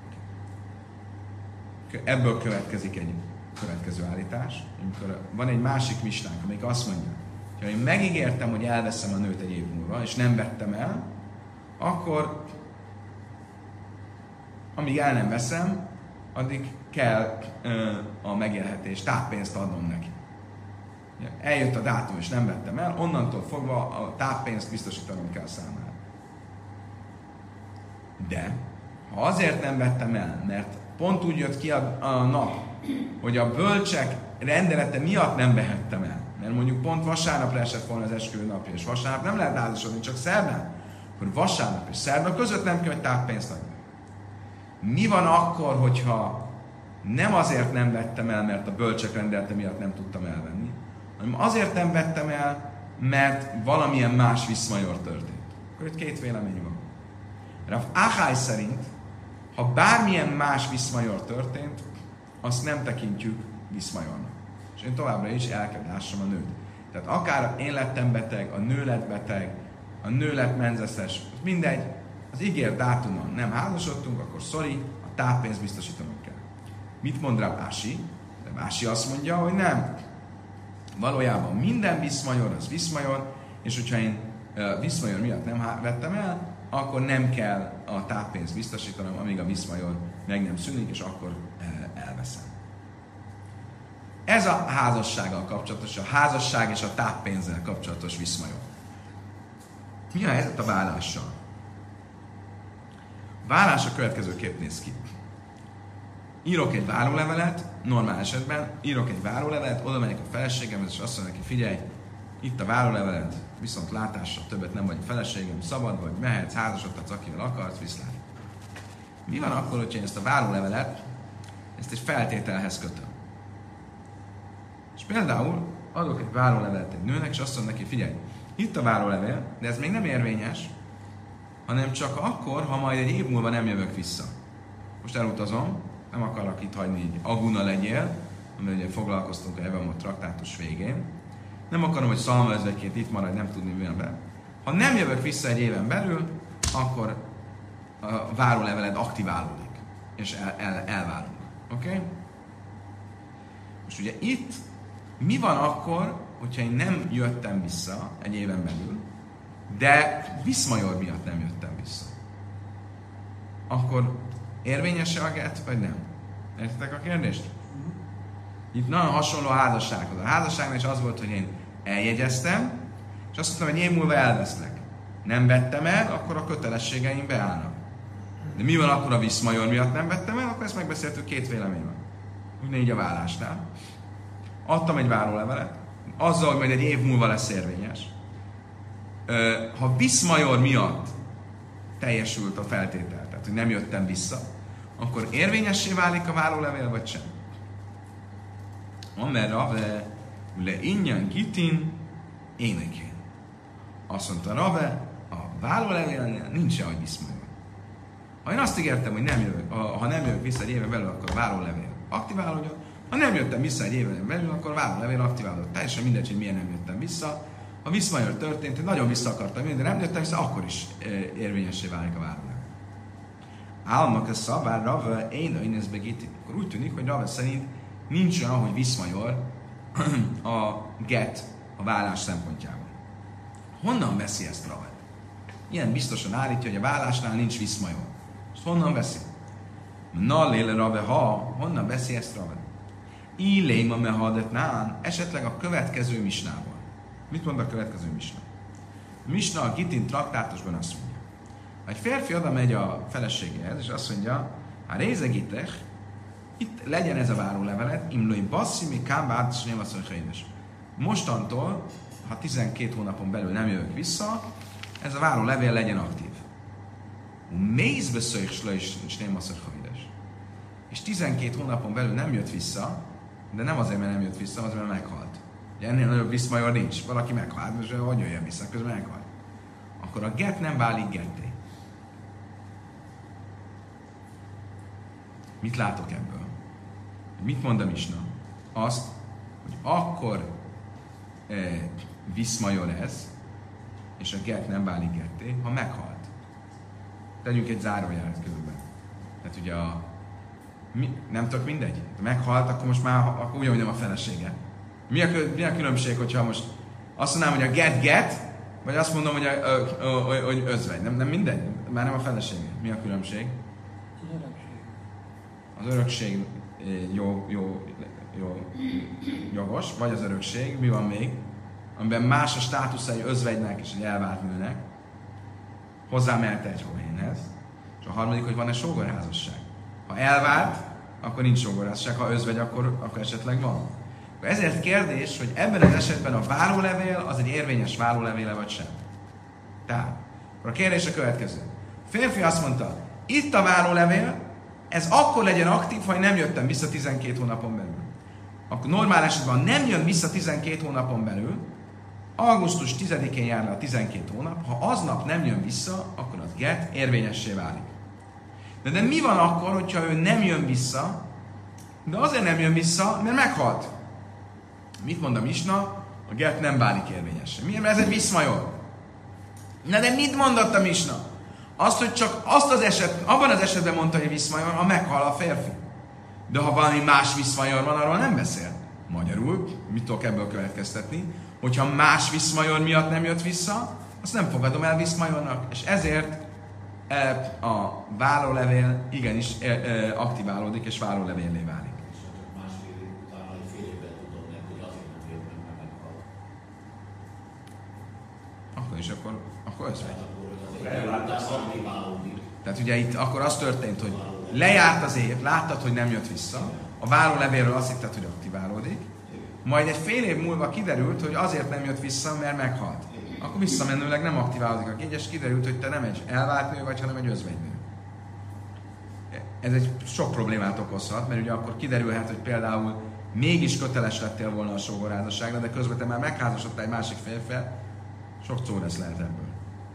Ebből következik egy következő állítás, amikor van egy másik misnánk, amelyik azt mondja, hogy ha én megígértem, hogy elveszem a nőt egy év múlva, és nem vettem el, akkor amíg el nem veszem, addig kell ö, a megélhetés, táppénzt adnom neki. Eljött a dátum, és nem vettem el, onnantól fogva a táppénzt biztosítanom kell számára. De, ha azért nem vettem el, mert pont úgy jött ki a, a nap, hogy a bölcsek rendelete miatt nem vehettem el, mert mondjuk pont vasárnapra esett volna az esküvő napja, és vasárnap nem lehet házasodni, csak szerdán, akkor vasárnap és szerda között nem kell, hogy táppénzt adni. Mi van akkor, hogyha nem azért nem vettem el, mert a bölcsek rendelete miatt nem tudtam elvenni, hanem azért nem vettem el, mert valamilyen más viszmajor történt. Akkor itt két vélemény van. Rav Achai szerint, ha bármilyen más viszmajor történt, azt nem tekintjük viszmajornak. És én továbbra is el kell lássam a nőt. Tehát akár én lettem beteg, a nő lett beteg, a nő lett menzeszes, mindegy, az ígért dátumon nem házasodtunk, akkor sorry, a táppénzt biztosítanunk kell. Mit mond Rav Ashi? Rási azt mondja, hogy nem. Valójában minden viszmajor az viszmajor, és hogyha én uh, viszmajor miatt nem vettem el, akkor nem kell a táppénzt biztosítanom, amíg a viszmajor meg nem szűnik, és akkor uh, elveszem. Ez a házassággal kapcsolatos, a házasság és a táppénzzel kapcsolatos viszmajor. Mi a helyzet a vállással? A vállás a következőképp néz ki. Írok egy várólevelet, normál esetben írok egy várólevelet, oda megyek a feleségemhez, és azt mondom neki, figyelj, itt a váróleveled, viszont látásra többet nem vagy a feleségem, szabad vagy, mehetsz, házasodhatsz, akivel akarsz, viszlát. Mi van akkor, hogyha én ezt a várólevelet, ezt egy feltételhez kötöm? És például adok egy várólevelet egy nőnek, és azt mondom neki, figyelj, itt a várólevél, de ez még nem érvényes, hanem csak akkor, ha majd egy év múlva nem jövök vissza. Most elutazom, nem akarok itt hagyni, hogy aguna legyél, amivel ugye foglalkoztunk a Evamot traktátus végén. Nem akarom, hogy szalmaözveként itt maradj, nem tudni mi be. Ha nem jövök vissza egy éven belül, akkor a váróleveled aktiválódik, és el, el, elválunk. Oké? Okay? Most ugye itt mi van akkor, hogyha én nem jöttem vissza egy éven belül, de viszmajor miatt nem jöttem vissza? Akkor érvényes-e a get, vagy nem? Értitek a kérdést? Itt nagyon hasonló a házassághoz. A házasságnál is az volt, hogy én eljegyeztem, és azt mondtam, hogy év múlva elveszlek. Nem vettem el, akkor a kötelességeim beállnak. De mi van akkor a viszmajor miatt nem vettem el, akkor ezt megbeszéltük, két vélemény van. Ugyanígy a vállásnál. Adtam egy várólevelet, azzal, hogy majd egy év múlva lesz érvényes. Ha viszmajor miatt teljesült a feltétel, tehát hogy nem jöttem vissza, akkor érvényessé válik a várólevél, vagy sem? Amerra le ingyen gitin énekén. Azt mondta Rave, a várólevélnél nincs se, hogy viszmajor. Ha én azt ígértem, hogy nem jövök, ha nem jövök vissza egy éven belül, akkor a várólevél aktiválódjon. Ha nem jöttem vissza egy éven belül, akkor a várólevél aktiválódott. Teljesen mindegy, hogy miért nem jöttem vissza. Ha viszmajor történt, hogy nagyon vissza akartam jönni, de nem jöttem vissza, akkor is érvényessé válik a várólevél. Álmak a szabár Rave, én öjnözbe gitin. Akkor úgy tűnik, hogy Rave szerint nincs olyan, hogy viszmajor a get, a vállás szempontjából. Honnan veszi ezt Rave? Ilyen biztosan állítja, hogy a vállásnál nincs viszmajor. És honnan veszi? Na léle Rave, ha, honnan veszi ezt Rave? Iléma mehadetnán, esetleg a következő misnából. Mit mond a következő misna? A misna a Gitin traktátusban azt mondja. Egy férfi oda megy a feleségéhez, és azt mondja, ha rézegitech, itt legyen ez a várólevelet, imlói basszimi kámbát, és nem azt mondja, mostantól, ha tizenkét hónapon belül nem jövök vissza, ez a várólevél legyen aktív. Mézbe szöjtsle és nem azt mondja, és tizenkét hónapon belül nem jött vissza, de nem azért, mert nem jött vissza, azért, mert meghalt. Ugye ennél nagyobb viszmajor nincs. Valaki meghalt, és hogy jöjjön vissza, közben meghalt. Akkor a get nem válik getté. Mit látok ebből? Mit mond a misna? Azt, hogy akkor e, viszmajor ez, és a get nem válik getté, ha meghalt. Tegyünk egy zárójelet körülben. Tehát ugye a mi, nem tudok mindegy. Ha meghalt, akkor most már akkor ugyanúgy nem a felesége. Mi a, mi a különbség, hogyha most azt mondanám, hogy a get-get, vagy azt mondom, hogy, a, a, a, a, hogy özvegy. Nem, nem mindegy. Már nem a felesége. Mi a különbség? Az örökség. Az örökség jó, jó, jó, jogos, vagy az örökség. Mi van még? Amiben más a státusza egy özvegynek és egy elvált nőnek. Hozzámehet egy hóhénhez. És a harmadik, hogy van-e sógorházasság. Ha elvált, akkor nincs sógorházasság, ha özvegy, akkor, akkor esetleg van. Ezért kérdés, hogy ebben az esetben a várólevél az egy érvényes várólevéle vagy sem. Tehát, akkor a kérdés a következő. A férfi azt mondta, itt a várólevél, ez akkor legyen aktív, ha nem jöttem vissza tizenkét hónapon belül. Akkor normál esetben, ha nem jön vissza tizenkét hónapon belül, augusztus tizedikén jár le a tizenkét hónap, ha aznap nem jön vissza, akkor az get érvényessé válik. De, de mi van akkor, hogyha ő nem jön vissza, de azért nem jön vissza, mert meghalt? Mit mond a misna? A get nem válik érvényessé. Miért? Mert ez egy viszmajor. Na de mit mondott a misna? Azt, hogy csak azt az eset, abban az esetben mondta, hogy viszmajor, ha meghal a férfi. De ha valami más viszmajor van, arról nem beszél. Magyarul, mit tudok ebből következtetni, hogyha más viszmajor miatt nem jött vissza, azt nem fogadom el viszmajornak, és ezért a vállólevél igenis aktiválódik, és vállólevéllé válik. És csak másfél év után, vagy fél évben tudom meg, hogy azért nem jött meg, mert meghalt. Akkor is, akkor, akkor össze. Tehát akkor az egy év után aktiválódik. Tehát ugye itt akkor az történt, hogy lejárt az év, láttad, hogy nem jött vissza, a vállólevélről azt hitted, hogy aktiválódik, majd egy fél év múlva kiderült, hogy azért nem jött vissza, mert meghalt. Akkor visszamenőleg nem aktiválódik a kigy, és kiderült, hogy te nem egy elvált nő vagy, hanem egy özvegynő. Ez egy sok problémát okozhat, mert ugye akkor kiderülhet, hogy például mégis köteles lettél volna a sógorházasságra, de közben te már megházasodtál egy másik férfel, sok szó lesz lehet ebből.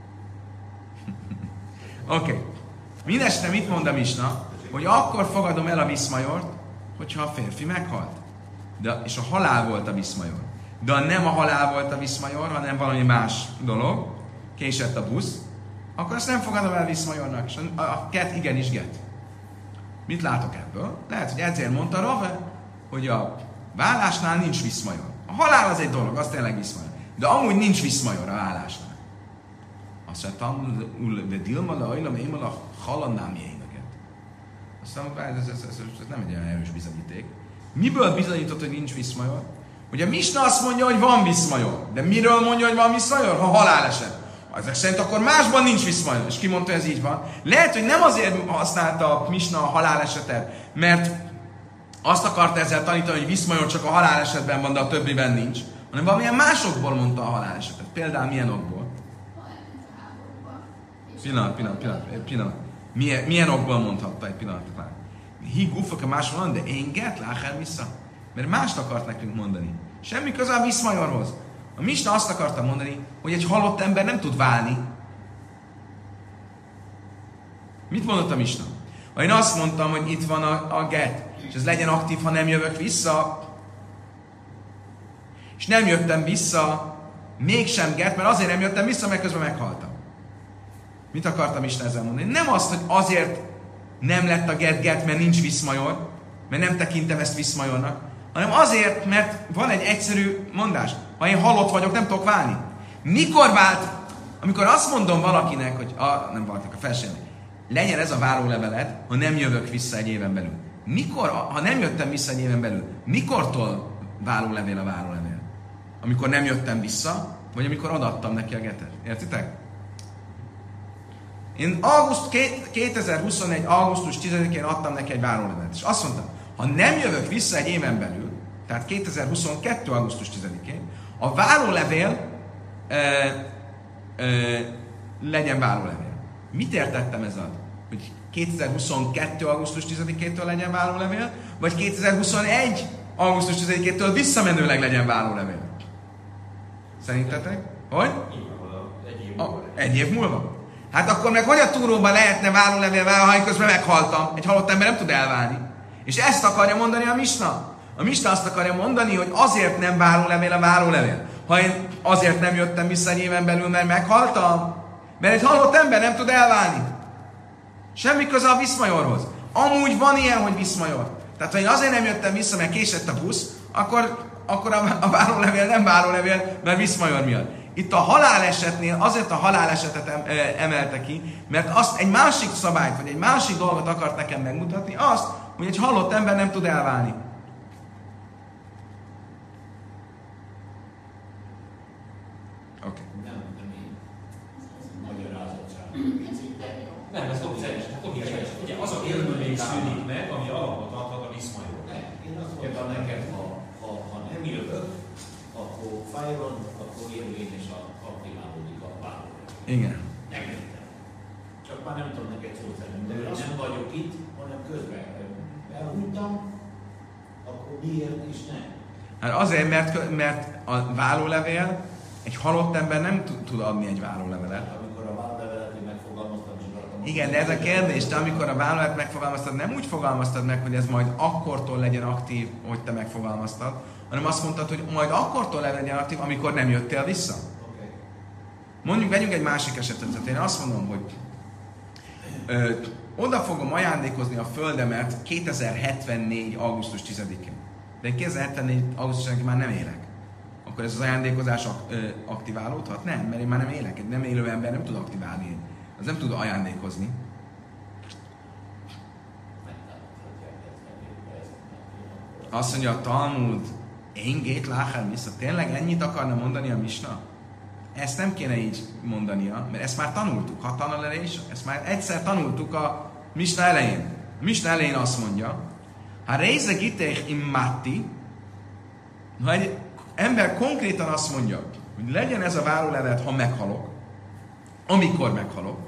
Oké. Okay. Mindestre mit mond a misna? Hogy akkor fogadom el a viszmajort, hogyha a férfi meghalt. De, és a halál volt a viszmajor. De nem a halál volt a viszmajor, hanem valami más dolog, késett a busz, akkor azt nem fogadom el viszmajornak, és a, a get igenis get. Mit látok ebből? Lehet, hogy ezért mondta Rave, hogy a vállásnál nincs viszmajor. A halál az egy dolog, az tényleg viszmajor. De amúgy nincs viszmajor a vállásnál. Azt mondtam, hogy Dilma le ajlam, én a halannám jéneket. Azt mondom, hogy ez, ez, ez, ez nem egy olyan erős bizonyíték. Miből bizonyított, hogy nincs viszmajor? Ugye a misna azt mondja, hogy van viszmajor. De miről mondja, hogy van viszmajor? Ha haláleset. Ezek szerint akkor másban nincs viszmajor. És ki mondta, hogy ez így van? Lehet, hogy nem azért használta a misna a halálesetet, mert azt akarta ezzel tanítani, hogy viszmajor csak a halálesetben van, de a többiben nincs, hanem valamilyen másokból mondta a halálesetet. Például milyen okból? Pillanat, pillanat, pillanat, pillanat. Milyen, milyen okból mondhatta egy pillanatot már? Hí gufak a más van, de én get láhel vissza. Mert mást akart nekünk mondani. Semmi köze a viszmajorhoz. A misna azt akarta mondani, hogy egy halott ember nem tud válni. Mit mondott a misna? Ha én azt mondtam, hogy itt van a, a get, és ez legyen aktív, ha nem jövök vissza, és nem jöttem vissza, mégsem get, mert azért nem jöttem vissza, mert közben meghaltam. Mit akartam is ezzel mondani? Nem azt, hogy azért nem lett a get-get, mert nincs viszmajor, mert nem tekintem ezt viszmajornak, hanem azért, mert van egy egyszerű mondás. Ha én halott vagyok, nem tudok válni. Mikor vált? Amikor azt mondom valakinek, hogy a, nem valakinek, a felsőnek, legyen ez a váróleveled, ha nem jövök vissza egy éven belül. Mikor, ha nem jöttem vissza egy éven belül, mikortól várólevél a várólevél? Amikor nem jöttem vissza, vagy amikor odaadtam neki a getet. Értitek? Én auguszt, kétezer-huszonegy. augusztus tizedikén adtam neki egy várólevelet, és azt mondtam, ha nem jövök vissza egy éven belül, tehát kétezer-huszonkettő. augusztus tizedikén, a várólevél e, e, legyen várólevél. Mit értettem ez alatt? Hogy kétezer-huszonkettő. augusztus tizedikétől legyen várólevél, vagy kétezer-huszonegy. augusztus tizedikétől visszamenőleg legyen várólevél? Szerintetek? Hogy? Egy év A, múlva. egy év múlva? Hát akkor meg hogy a túróban lehetne várólevél válni, ha közben meghaltam? Egy halott ember nem tud elválni. És ezt akarja mondani a misna. A misna azt akarja mondani, hogy azért nem várólevél a várólevél. Ha én azért nem jöttem vissza egy éven belül, mert meghaltam, mert egy halott ember nem tud elválni. Semmi köze a viszmajorhoz. Amúgy van ilyen, hogy viszmajor. Tehát ha én azért nem jöttem vissza, mert késett a busz, akkor, akkor a, a várólevél nem várólevél, mert viszmajor miatt. Itt a halálesetnél azért a halálesetet em, emelte ki, mert azt egy másik szabályt, vagy egy másik dolgot akart nekem megmutatni, azt, hogy egy halott ember nem tud elválni. Oké. Okay. Nem, nem így. Magyarázatság. Nem, ez logikus. Logikus. Ugye az a élőlény szűnik meg, ami alapot adhat a viszmajor. Én azt mondtam neked, ha, ha, ha nem jövök, akkor fájron, akkor élőlény és aktiválódik a vállóra. Igen. Megértem. Csak már nem tudom neked szót tenni, de nem vagyok itt, hanem közben elhúnytam, akkor miért is nem? Hát azért, mert, mert a vállólevél, egy halott ember nem tud adni egy vállólevelet. Amikor a vállólevelet én megfogalmaztam, és akartam... Igen, de ez a kérdés, te amikor a vállólevelet megfogalmaztad, nem úgy fogalmaztad meg, hogy ez majd akkortól legyen aktív, hogy te megfogalmaztad, hanem azt mondtad, hogy majd akkortól legyen aktív, amikor nem jöttél vissza. Okay. Mondjuk, vegyünk egy másik esetet. Tehát én azt mondom, hogy ö, oda fogom ajándékozni a földemet kétezer-hetvennégy. augusztus tizedikén. De kétezer-hetvennégy. augusztus tizedikén már nem élek. Akkor ez az ajándékozás ak- ö, aktiválódhat? Nem, mert én már nem élek. Egy nem élő ember nem tud aktiválni. Az nem tud ajándékozni. Azt mondja a Talmud, én gét láhel vissza. Tényleg ennyit akarna mondani a misna? Ezt nem kéne így mondania, mert ezt már tanultuk. Ha tanul elé is, ezt már egyszer tanultuk a misna elején. A misna elején azt mondja, ha része gitéh immati, ha egy ember konkrétan azt mondja, hogy legyen ez a várólevelet, ha meghalok, amikor meghalok,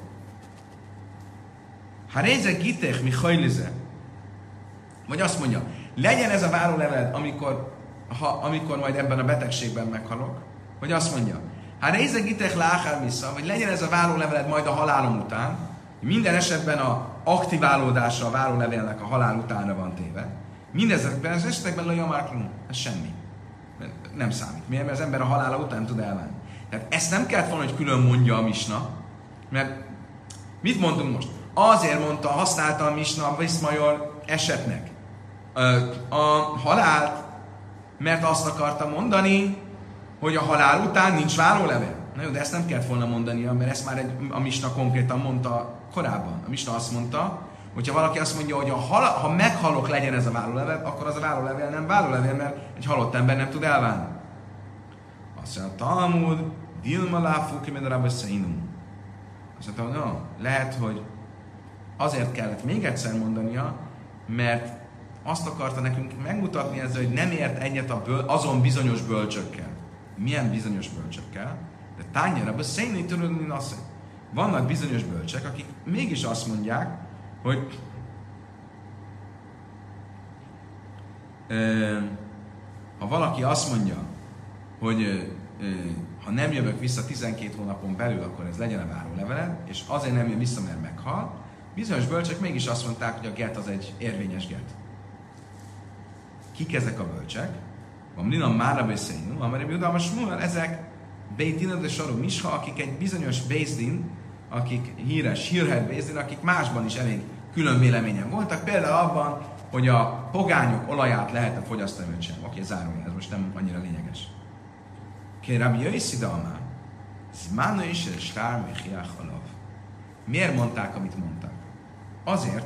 ha része gitéh mi hajlize, vagy azt mondja, legyen ez a váróleveled, amikor, ha, amikor majd ebben a betegségben meghalok, vagy azt mondja, ha rézegitek láhál vissza, vagy legyen ez a váróleveled majd a halálom után, minden esetben a aktiválódása a várólevélnek a halál utánra van téve. Mindezekben az esetekben a jamarklum, ez semmi. Nem számít. Miért? Mert az ember a halála után tud elmenni. Tehát ezt nem kellett volna, hogy külön mondja a misna, mert mit mondunk most? Azért mondta, használta a misna a Viszmajor esetnek a halált, mert azt akarta mondani, hogy a halál után nincs várólevél. Na jó, de ezt nem kellett volna mondania, mert ezt már egy, a misna konkrétan mondta korábban. A misna azt mondta, hogyha valaki azt mondja, hogy a hala, ha meghalok legyen ez a várólevél, akkor az a várólevél nem várólevél, mert egy halott ember nem tud elválni. Azt mondja, Talmud, Dilma láfuk, mint a rabbesszeinum. Azt mondta, hogy no, lehet, hogy azért kellett még egyszer mondania, mert azt akarta nekünk megmutatni ezzel, hogy nem ért egyet a böl- azon bizonyos bölcsökkel. Milyen bizonyos bölcsökkel? De tányára beszélni tudni azt, vannak bizonyos bölcsek, akik mégis azt mondják, hogy ö, ha valaki azt mondja, hogy ö, ö, ha nem jövök vissza tizenkét hónapon belül, akkor ez legyen a váróleveled, és azért nem jön vissza, mert meghal, bizonyos bölcsek mégis azt mondták, hogy a get az egy érvényes get. Kik ezek a bölcsek? Van Lina Mára beszélni, amire Judalmas Smuel, ezek Beitin de Saru Misha, akik egy bizonyos Bézdin, akik híres, hírhet Bézdin, akik másban is elég külön véleményen voltak, például abban, hogy a pogányok olaját lehet-e fogyasztani, vagy sem. Oké, zárója, ez most nem annyira lényeges. Kérem, jöjj szidalmá, zmána is és stár mechiach alav. Miért mondták, amit mondtak? Azért,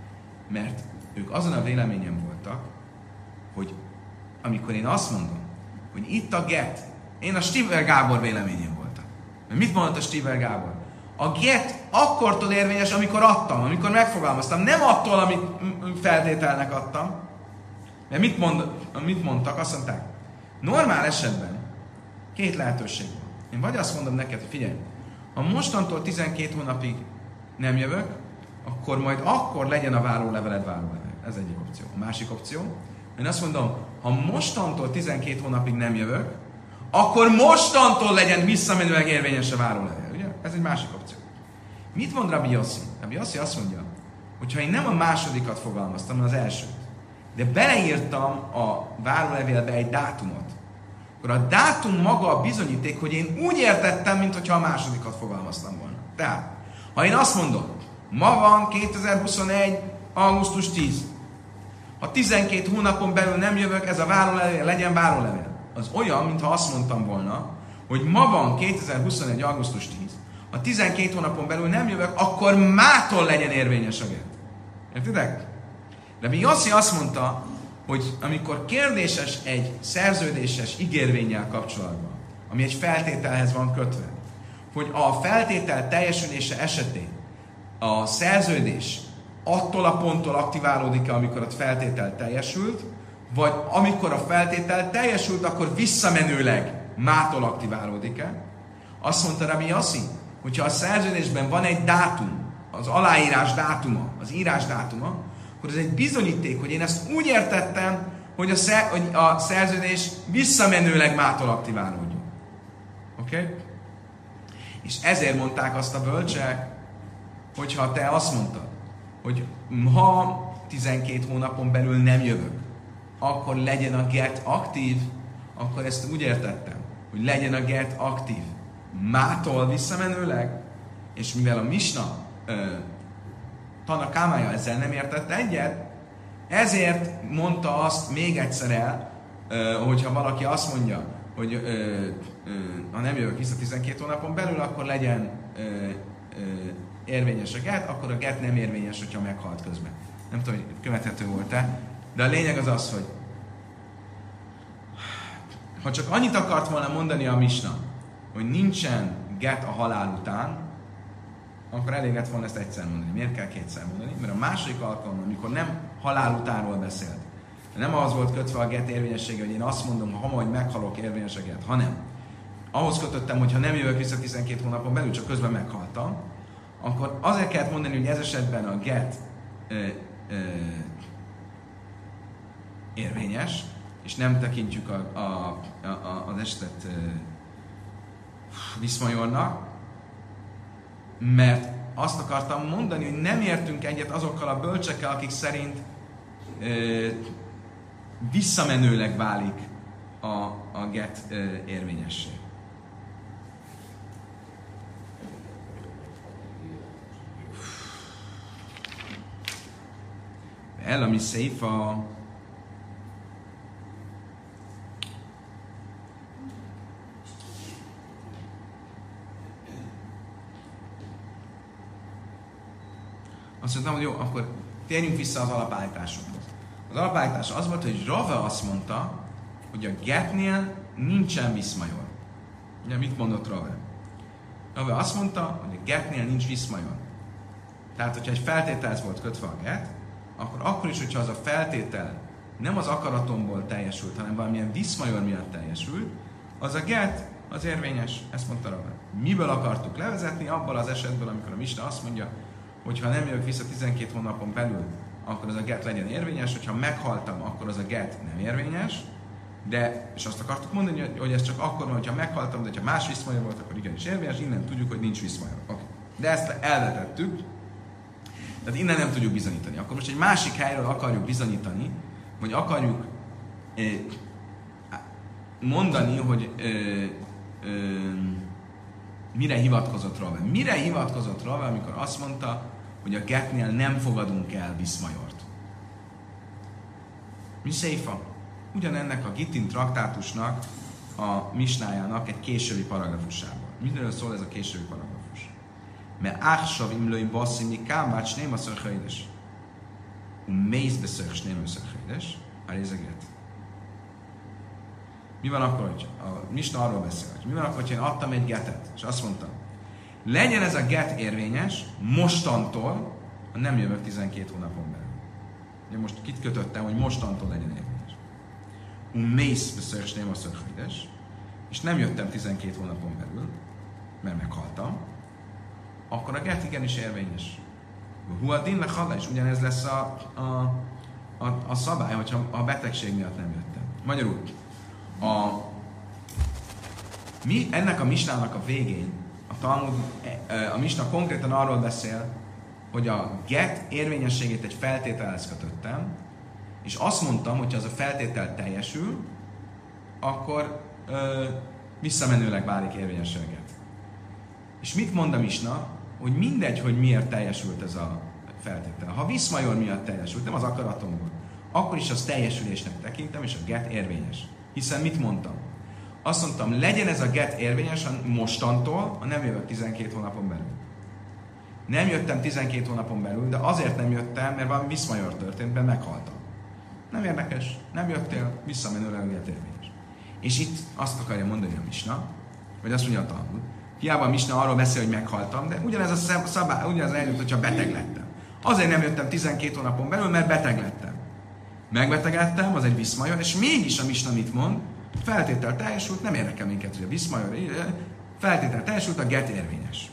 mert ők azon a véleményen voltak, hogy amikor én azt mondom, hogy itt a get, én a Stiver Gábor véleményén voltam. Mert mit mondott a Stiver Gábor? A get akkortól érvényes, amikor adtam, amikor megfogalmaztam, nem attól, amit feltételnek adtam. Mert mit, mond, mit mondtak? Azt mondták, normál esetben két lehetőség van. Én vagy azt mondom neked, hogy figyelj, ha mostantól tizenkét hónapig nem jövök, akkor majd akkor legyen a váróleveled várólevel. Ez egyik opció. A másik opció, én azt mondom, ha mostantól tizenkét hónapig nem jövök, akkor mostantól legyen visszamenőleg érvényes a várólevél. Ugye? Ez egy másik opció. Mit mond Rabbi Yossi? Rabbi Yossi azt mondja, hogy ha én nem a másodikat fogalmaztam, hanem az elsőt, de beleírtam a várólevélbe egy dátumot, akkor a dátum maga a bizonyíték, hogy én úgy értettem, mintha a másodikat fogalmaztam volna. Tehát, ha én azt mondom, ma van kétezer-huszonegy. augusztus tíz. Ha tizenkét hónapon belül nem jövök, ez a várólevél legyen várólevél. Az olyan, mintha azt mondtam volna, hogy ma van kétezer-huszonegy. augusztus tíz. Ha tizenkét hónapon belül nem jövök, akkor mától legyen érvényes a get. Értitek? De mi Yossi azt mondta, hogy amikor kérdéses egy szerződéses ígérvénnyel kapcsolatban, ami egy feltételhez van kötve, hogy a feltétel teljesülése esetén a szerződés attól a ponttól aktiválódik-e, amikor a feltétel teljesült, vagy amikor a feltétel teljesült, akkor visszamenőleg mától aktiválódik-e. Azt mondta Rabbi Yossi, hogyha a szerződésben van egy dátum, az aláírás dátuma, az írás dátuma, akkor ez egy bizonyíték, hogy én ezt úgy értettem, hogy a, szer, hogy a szerződés visszamenőleg mától aktiválódjon. Oké? Okay? És ezért mondták azt a bölcsek, hogyha te azt mondtad, hogy ha tizenkét hónapon belül nem jövök, akkor legyen a get aktív, akkor ezt úgy értettem, hogy legyen a get aktív mától visszamenőleg, és mivel a misna ö, Tana Kámája ezzel nem értette egyet, ezért mondta azt még egyszer el, hogyha valaki azt mondja, hogy ö, ö, ha nem jövök vissza tizenkét hónapon belül, akkor legyen ö, ö, érvényes a get, akkor a get nem érvényes, hogyha meghalt közben. Nem tudom, hogy követhető volt-e, de a lényeg az az, hogy ha csak annyit akart volna mondani a misna, hogy nincsen get a halál után, akkor elég lett volna ezt egyszer mondani. Miért kell kétszer mondani? Mert a második alkalommal, amikor nem halál utánról beszélt, nem az volt kötve a get érvényessége, hogy én azt mondom, ha majd meghalok, érvényes a get, hanem ahhoz kötöttem, hogy ha nem jövök vissza tizenkét hónapon belül, csak közben meghaltam, akkor azért kellett mondani, hogy ez esetben a get ö, ö, érvényes, és nem tekintjük a, a, a, az esetet ö, viszmajornak, mert azt akartam mondani, hogy nem értünk egyet azokkal a bölcsekkel, akik szerint ö, visszamenőleg válik a, a get ö, érvényessé. El, ami széfa. Azt mondtam, hogy jó, akkor térjünk vissza az alapállításokhoz. Az alapállítás az volt, hogy Rave azt mondta, hogy a getnél nincsen viszmajor. Ugye mit mondott Rave? Rave azt mondta, hogy a getnél nincs viszmajor. Tehát, hogyha egy feltételhez volt kötve a get, akkor akkor is, hogyha az a feltétel nem az akaratomból teljesült, hanem valamilyen viszmajor miatt teljesült, az a get az érvényes. Ezt mondta Rave. Miből akartuk levezetni? Abból az esetből, amikor a Misna azt mondja, hogy ha nem jövök vissza tizenkét hónapon belül, akkor az a get legyen érvényes, hogyha meghaltam, akkor az a get nem érvényes, de, és azt akartuk mondani, hogy ez csak akkor van, hogyha meghaltam, de ha más viszmajor volt, akkor igenis érvényes, innen tudjuk, hogy nincs viszmajor. Okay. De ezt elvetettük, tehát innen nem tudjuk bizonyítani. Akkor most egy másik helyről akarjuk bizonyítani, hogy akarjuk eh, mondani, hogy eh, eh, mire hivatkozott Rave. Mire hivatkozott Rave, amikor azt mondta, hogy a getnél nem fogadunk el viszmajort. Mi széfa? Ugyanennek a Gittin traktátusnak, a misnájának egy későbbi paragrafusából. Mindenről szól ez a későbbi paragrafus. Mert áhsav imlői basszi mi kámbács nem a szörhőides. Un mész beszörhs nem a szörhőides. Hát ez a get. Mi van akkor, hogy a misna arról beszél, hogy mi van akkor, hogy én adtam egy getet, és azt mondtam, legyen ez a get érvényes mostantól, ha nem jövök tizenkét hónapon belül. Ugye most kit kötöttem, hogy mostantól legyen érvényes. Un mész beszörhs nem a szörhőides, és nem jöttem tizenkét hónapon belül, mert meghaltam, akkor a get igenis érvényes. Huadin le halla, és ugyanez lesz a, a, a, a szabály, hogyha a betegség miatt nem jöttem. Magyarul, a, mi ennek a misnának a végén, a Talmud, a misna konkrétan arról beszél, hogy a get érvényességét egy feltételhez kötöttem, és azt mondtam, hogy ha az a feltétel teljesül, akkor ö, visszamenőleg válik érvényességet. És mit mond a misna? Hogy mindegy, hogy miért teljesült ez a feltétel. Ha viszmajor miatt teljesült, nem az akaratomból, akkor is az teljesülésnek tekintem, és a get érvényes. Hiszen mit mondtam? Azt mondtam, legyen ez a get érvényes mostantól, ha nem jövök tizenkét hónapon belül. Nem jöttem tizenkét hónapon belül, de azért nem jöttem, mert valami viszmajor történt, mert meghaltam. Nem érdekes, nem jöttél, visszamenőleg get érvényes. És itt azt akarja mondani a misna, vagy azt mondja a Talmud, hiába a misna arról beszél, hogy meghaltam, de ugyanez a szabály, ugyanez eljött, hogyha beteg lettem. Azért nem jöttem tizenkét hónapon belül, mert beteg lettem. Megbetegedtem, az egy viszmajor, és mégis a misna mit mond? Feltétel teljesült, nem érdekel minket, hogy a viszmajor, feltétel teljesült, a get érvényes.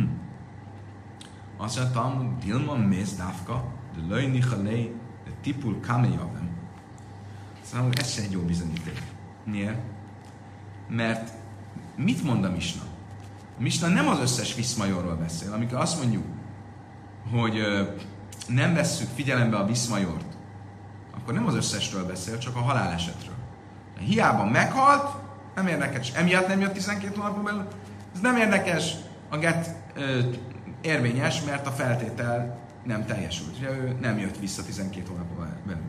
Azt mondtam, Dilma mész dávka, de löjni halé, de tipul kamejavem. Szóval ez se egy jó bizonyíték. Miért? Mert mit mond a misna? A misna nem az összes viszmajorról beszél. Amikor azt mondjuk, hogy ö, nem vesszük figyelembe a viszmajort, akkor nem az összesről beszél, csak a halálesetről. Hiába meghalt, nem érdekes. Emiatt nem jött tizenkét hónapon belül. Ez nem érdekes, a get ö, érvényes, mert a feltétel nem teljesült. Ugye ő nem jött vissza tizenkét hónapon belül.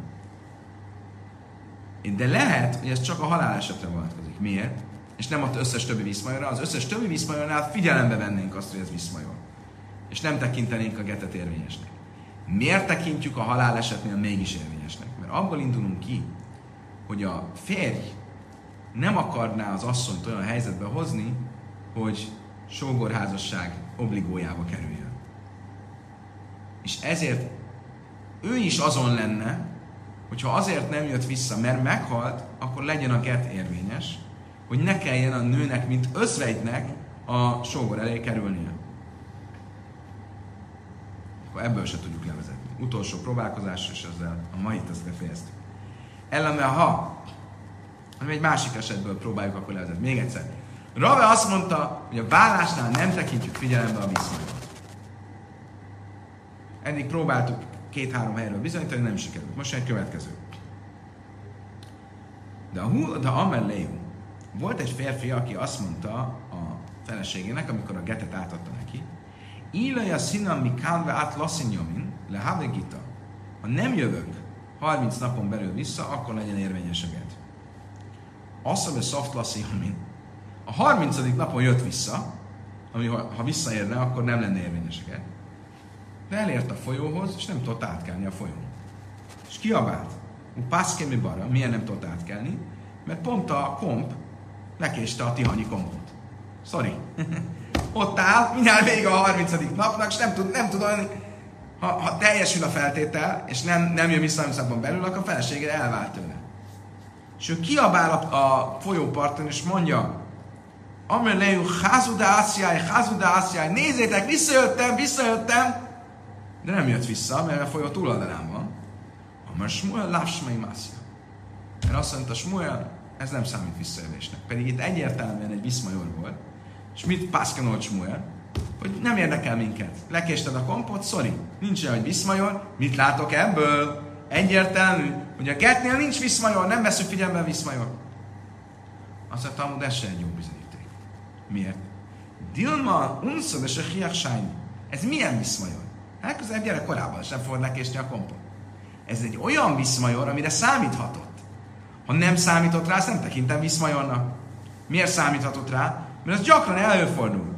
De lehet, hogy ez csak a halálesetre vonatkozik. Miért? És nem az összes többi viszmajorra. Az összes többi viszmajornál figyelembe vennénk azt, hogy ez viszmajor. És nem tekintenénk a getet érvényesnek. Miért tekintjük a halálesetnél mégis érvényesnek? Mert abból indulunk ki, hogy a férj nem akarná az asszonyt olyan helyzetbe hozni, hogy sógorházasság obligójába kerüljön. És ezért ő is azon lenne, hogyha azért nem jött vissza, mert meghalt, akkor legyen a get érvényes, hogy ne kelljen a nőnek, mint özvegynek a sógor elé kerülnie. Akkor ebből se tudjuk levezetni. Utolsó próbálkozás, és ezzel a mait ezt befejeztük. Ellenben ha, hanem egy másik esetből próbáljuk akkor levezetni. Még egyszer. Rave azt mondta, hogy a vállásnál nem tekintjük figyelembe a viszmajort. Eddig próbáltuk két-három helyről bizonyítani, nem sikerült. Most egy következő. De a de Amelléu volt egy férfi, aki azt mondta a feleségének, amikor a getet átadta neki, Ilaja színami kánve át lasszinyomin, le havegita. Ha nem jövök harminc napon belül vissza, akkor legyen érvényes a get. Azt mondja, soft lasszinyomin. A harmincadik napon jött vissza, ami ha visszaérne, akkor nem lenne érvényes a get. De elért a folyóhoz, és nem tudott átkelni a folyón. És kiabált. Pászkémi bara, miért nem tudott átkelni? Mert pont a komp lekéste a tihanyi kompot. Sorry. Ott áll, mindjárt vége a harmincadik napnak, és nem tud, nem tud olyan, ha, ha teljesül a feltétel, és nem, nem jön vissza harminc belül, akkor a felesége elvált tőle. És ő kiabál a, a folyóparton, és mondja, Ameleu, házudászjáj, házudászjáj, nézzétek, visszajöttem, visszajöttem, de nem jött vissza, mert a folyó túloldalán van. Amar Smuel lásmai mászja. Mert azt mondta Smuel, ez nem számít visszajövésnek. Pedig itt egyértelműen egy viszmajor volt. És mit pászkanolt Smuel? Hogy nem érdekel minket. Lekésted a kompot, sorry. Nincs olyan, hogy viszmajor. Mit látok ebből? Egyértelmű, hogy a getnél nincs viszmajor, nem veszünk figyelembe a viszmajor. Azt mondta, amúgy ez se egy jó bizonyíték. Miért? Dilma unszod és a hiaksány. Ez milyen viszmajor? Elközelebb gyerek korábban sem fogod lekésni a kompot. Ez egy olyan viszmajor, amire számíthatott. Ha nem számított rá, ezt nem tekintem viszmajornak. Miért számíthatott rá? Mert az gyakran előfordul,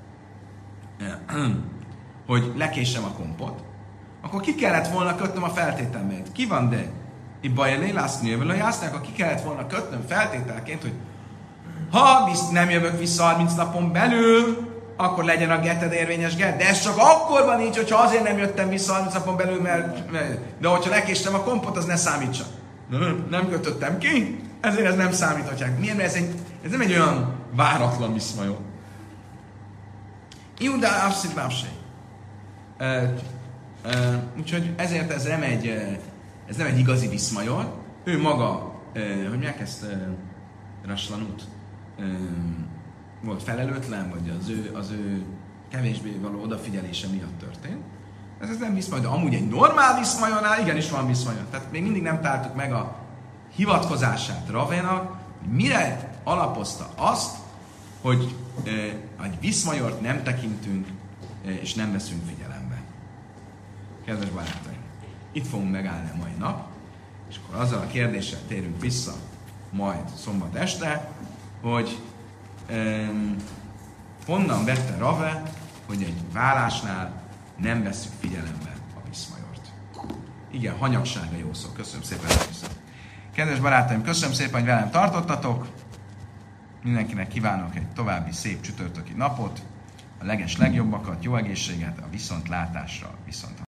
hogy lekésem a kompot, akkor ki kellett volna kötnöm a feltételmeit. Ki van de? Itt bajelé, lász nyilván, akkor ki kellett volna kötnöm feltételként, hogy ha nem jövök vissza harminc napon belül, akkor legyen a geted érvényes get. De ez csak akkor van így, hogyha azért nem jöttem vissza harminc napon belül, mert, mert de hogyha lekéstem a kompot, az ne számítsa. Nem, nem kötöttem ki, ezért ez nem számíthatják. Miért? Mert ez, egy, ez nem egy olyan váratlan viszmajor. Iudá abszint mápsé. Úgyhogy ezért ez nem egy, ez nem egy igazi viszmajor. Ő maga, uh, hogy megkezd uh, Raslanut, uh, volt felelőtlen, vagy az ő, az ő kevésbé való odafigyelése miatt történt. Ez, ez nem viszmajor, de amúgy egy normál viszmajornál igenis van viszmajor. Tehát még mindig nem tártuk meg a hivatkozását Ravénak, hogy mire alapozta azt, hogy e, egy viszmajort nem tekintünk, e, és nem veszünk figyelembe. Kedves barátaim, itt fogunk megállni a mai nap, és akkor azzal a kérdéssel térünk vissza majd szombat este, hogy e, honnan vette Rave, hogy egy vállásnál nem veszük figyelembe a viszmajort. Igen, hanyagságra jó szó. Köszönöm szépen, hogy kedves barátaim, köszönöm szépen, hogy velem tartottatok. Mindenkinek kívánok egy további szép csütörtöki napot, a leges legjobbakat, jó egészséget, a viszontlátásra, viszont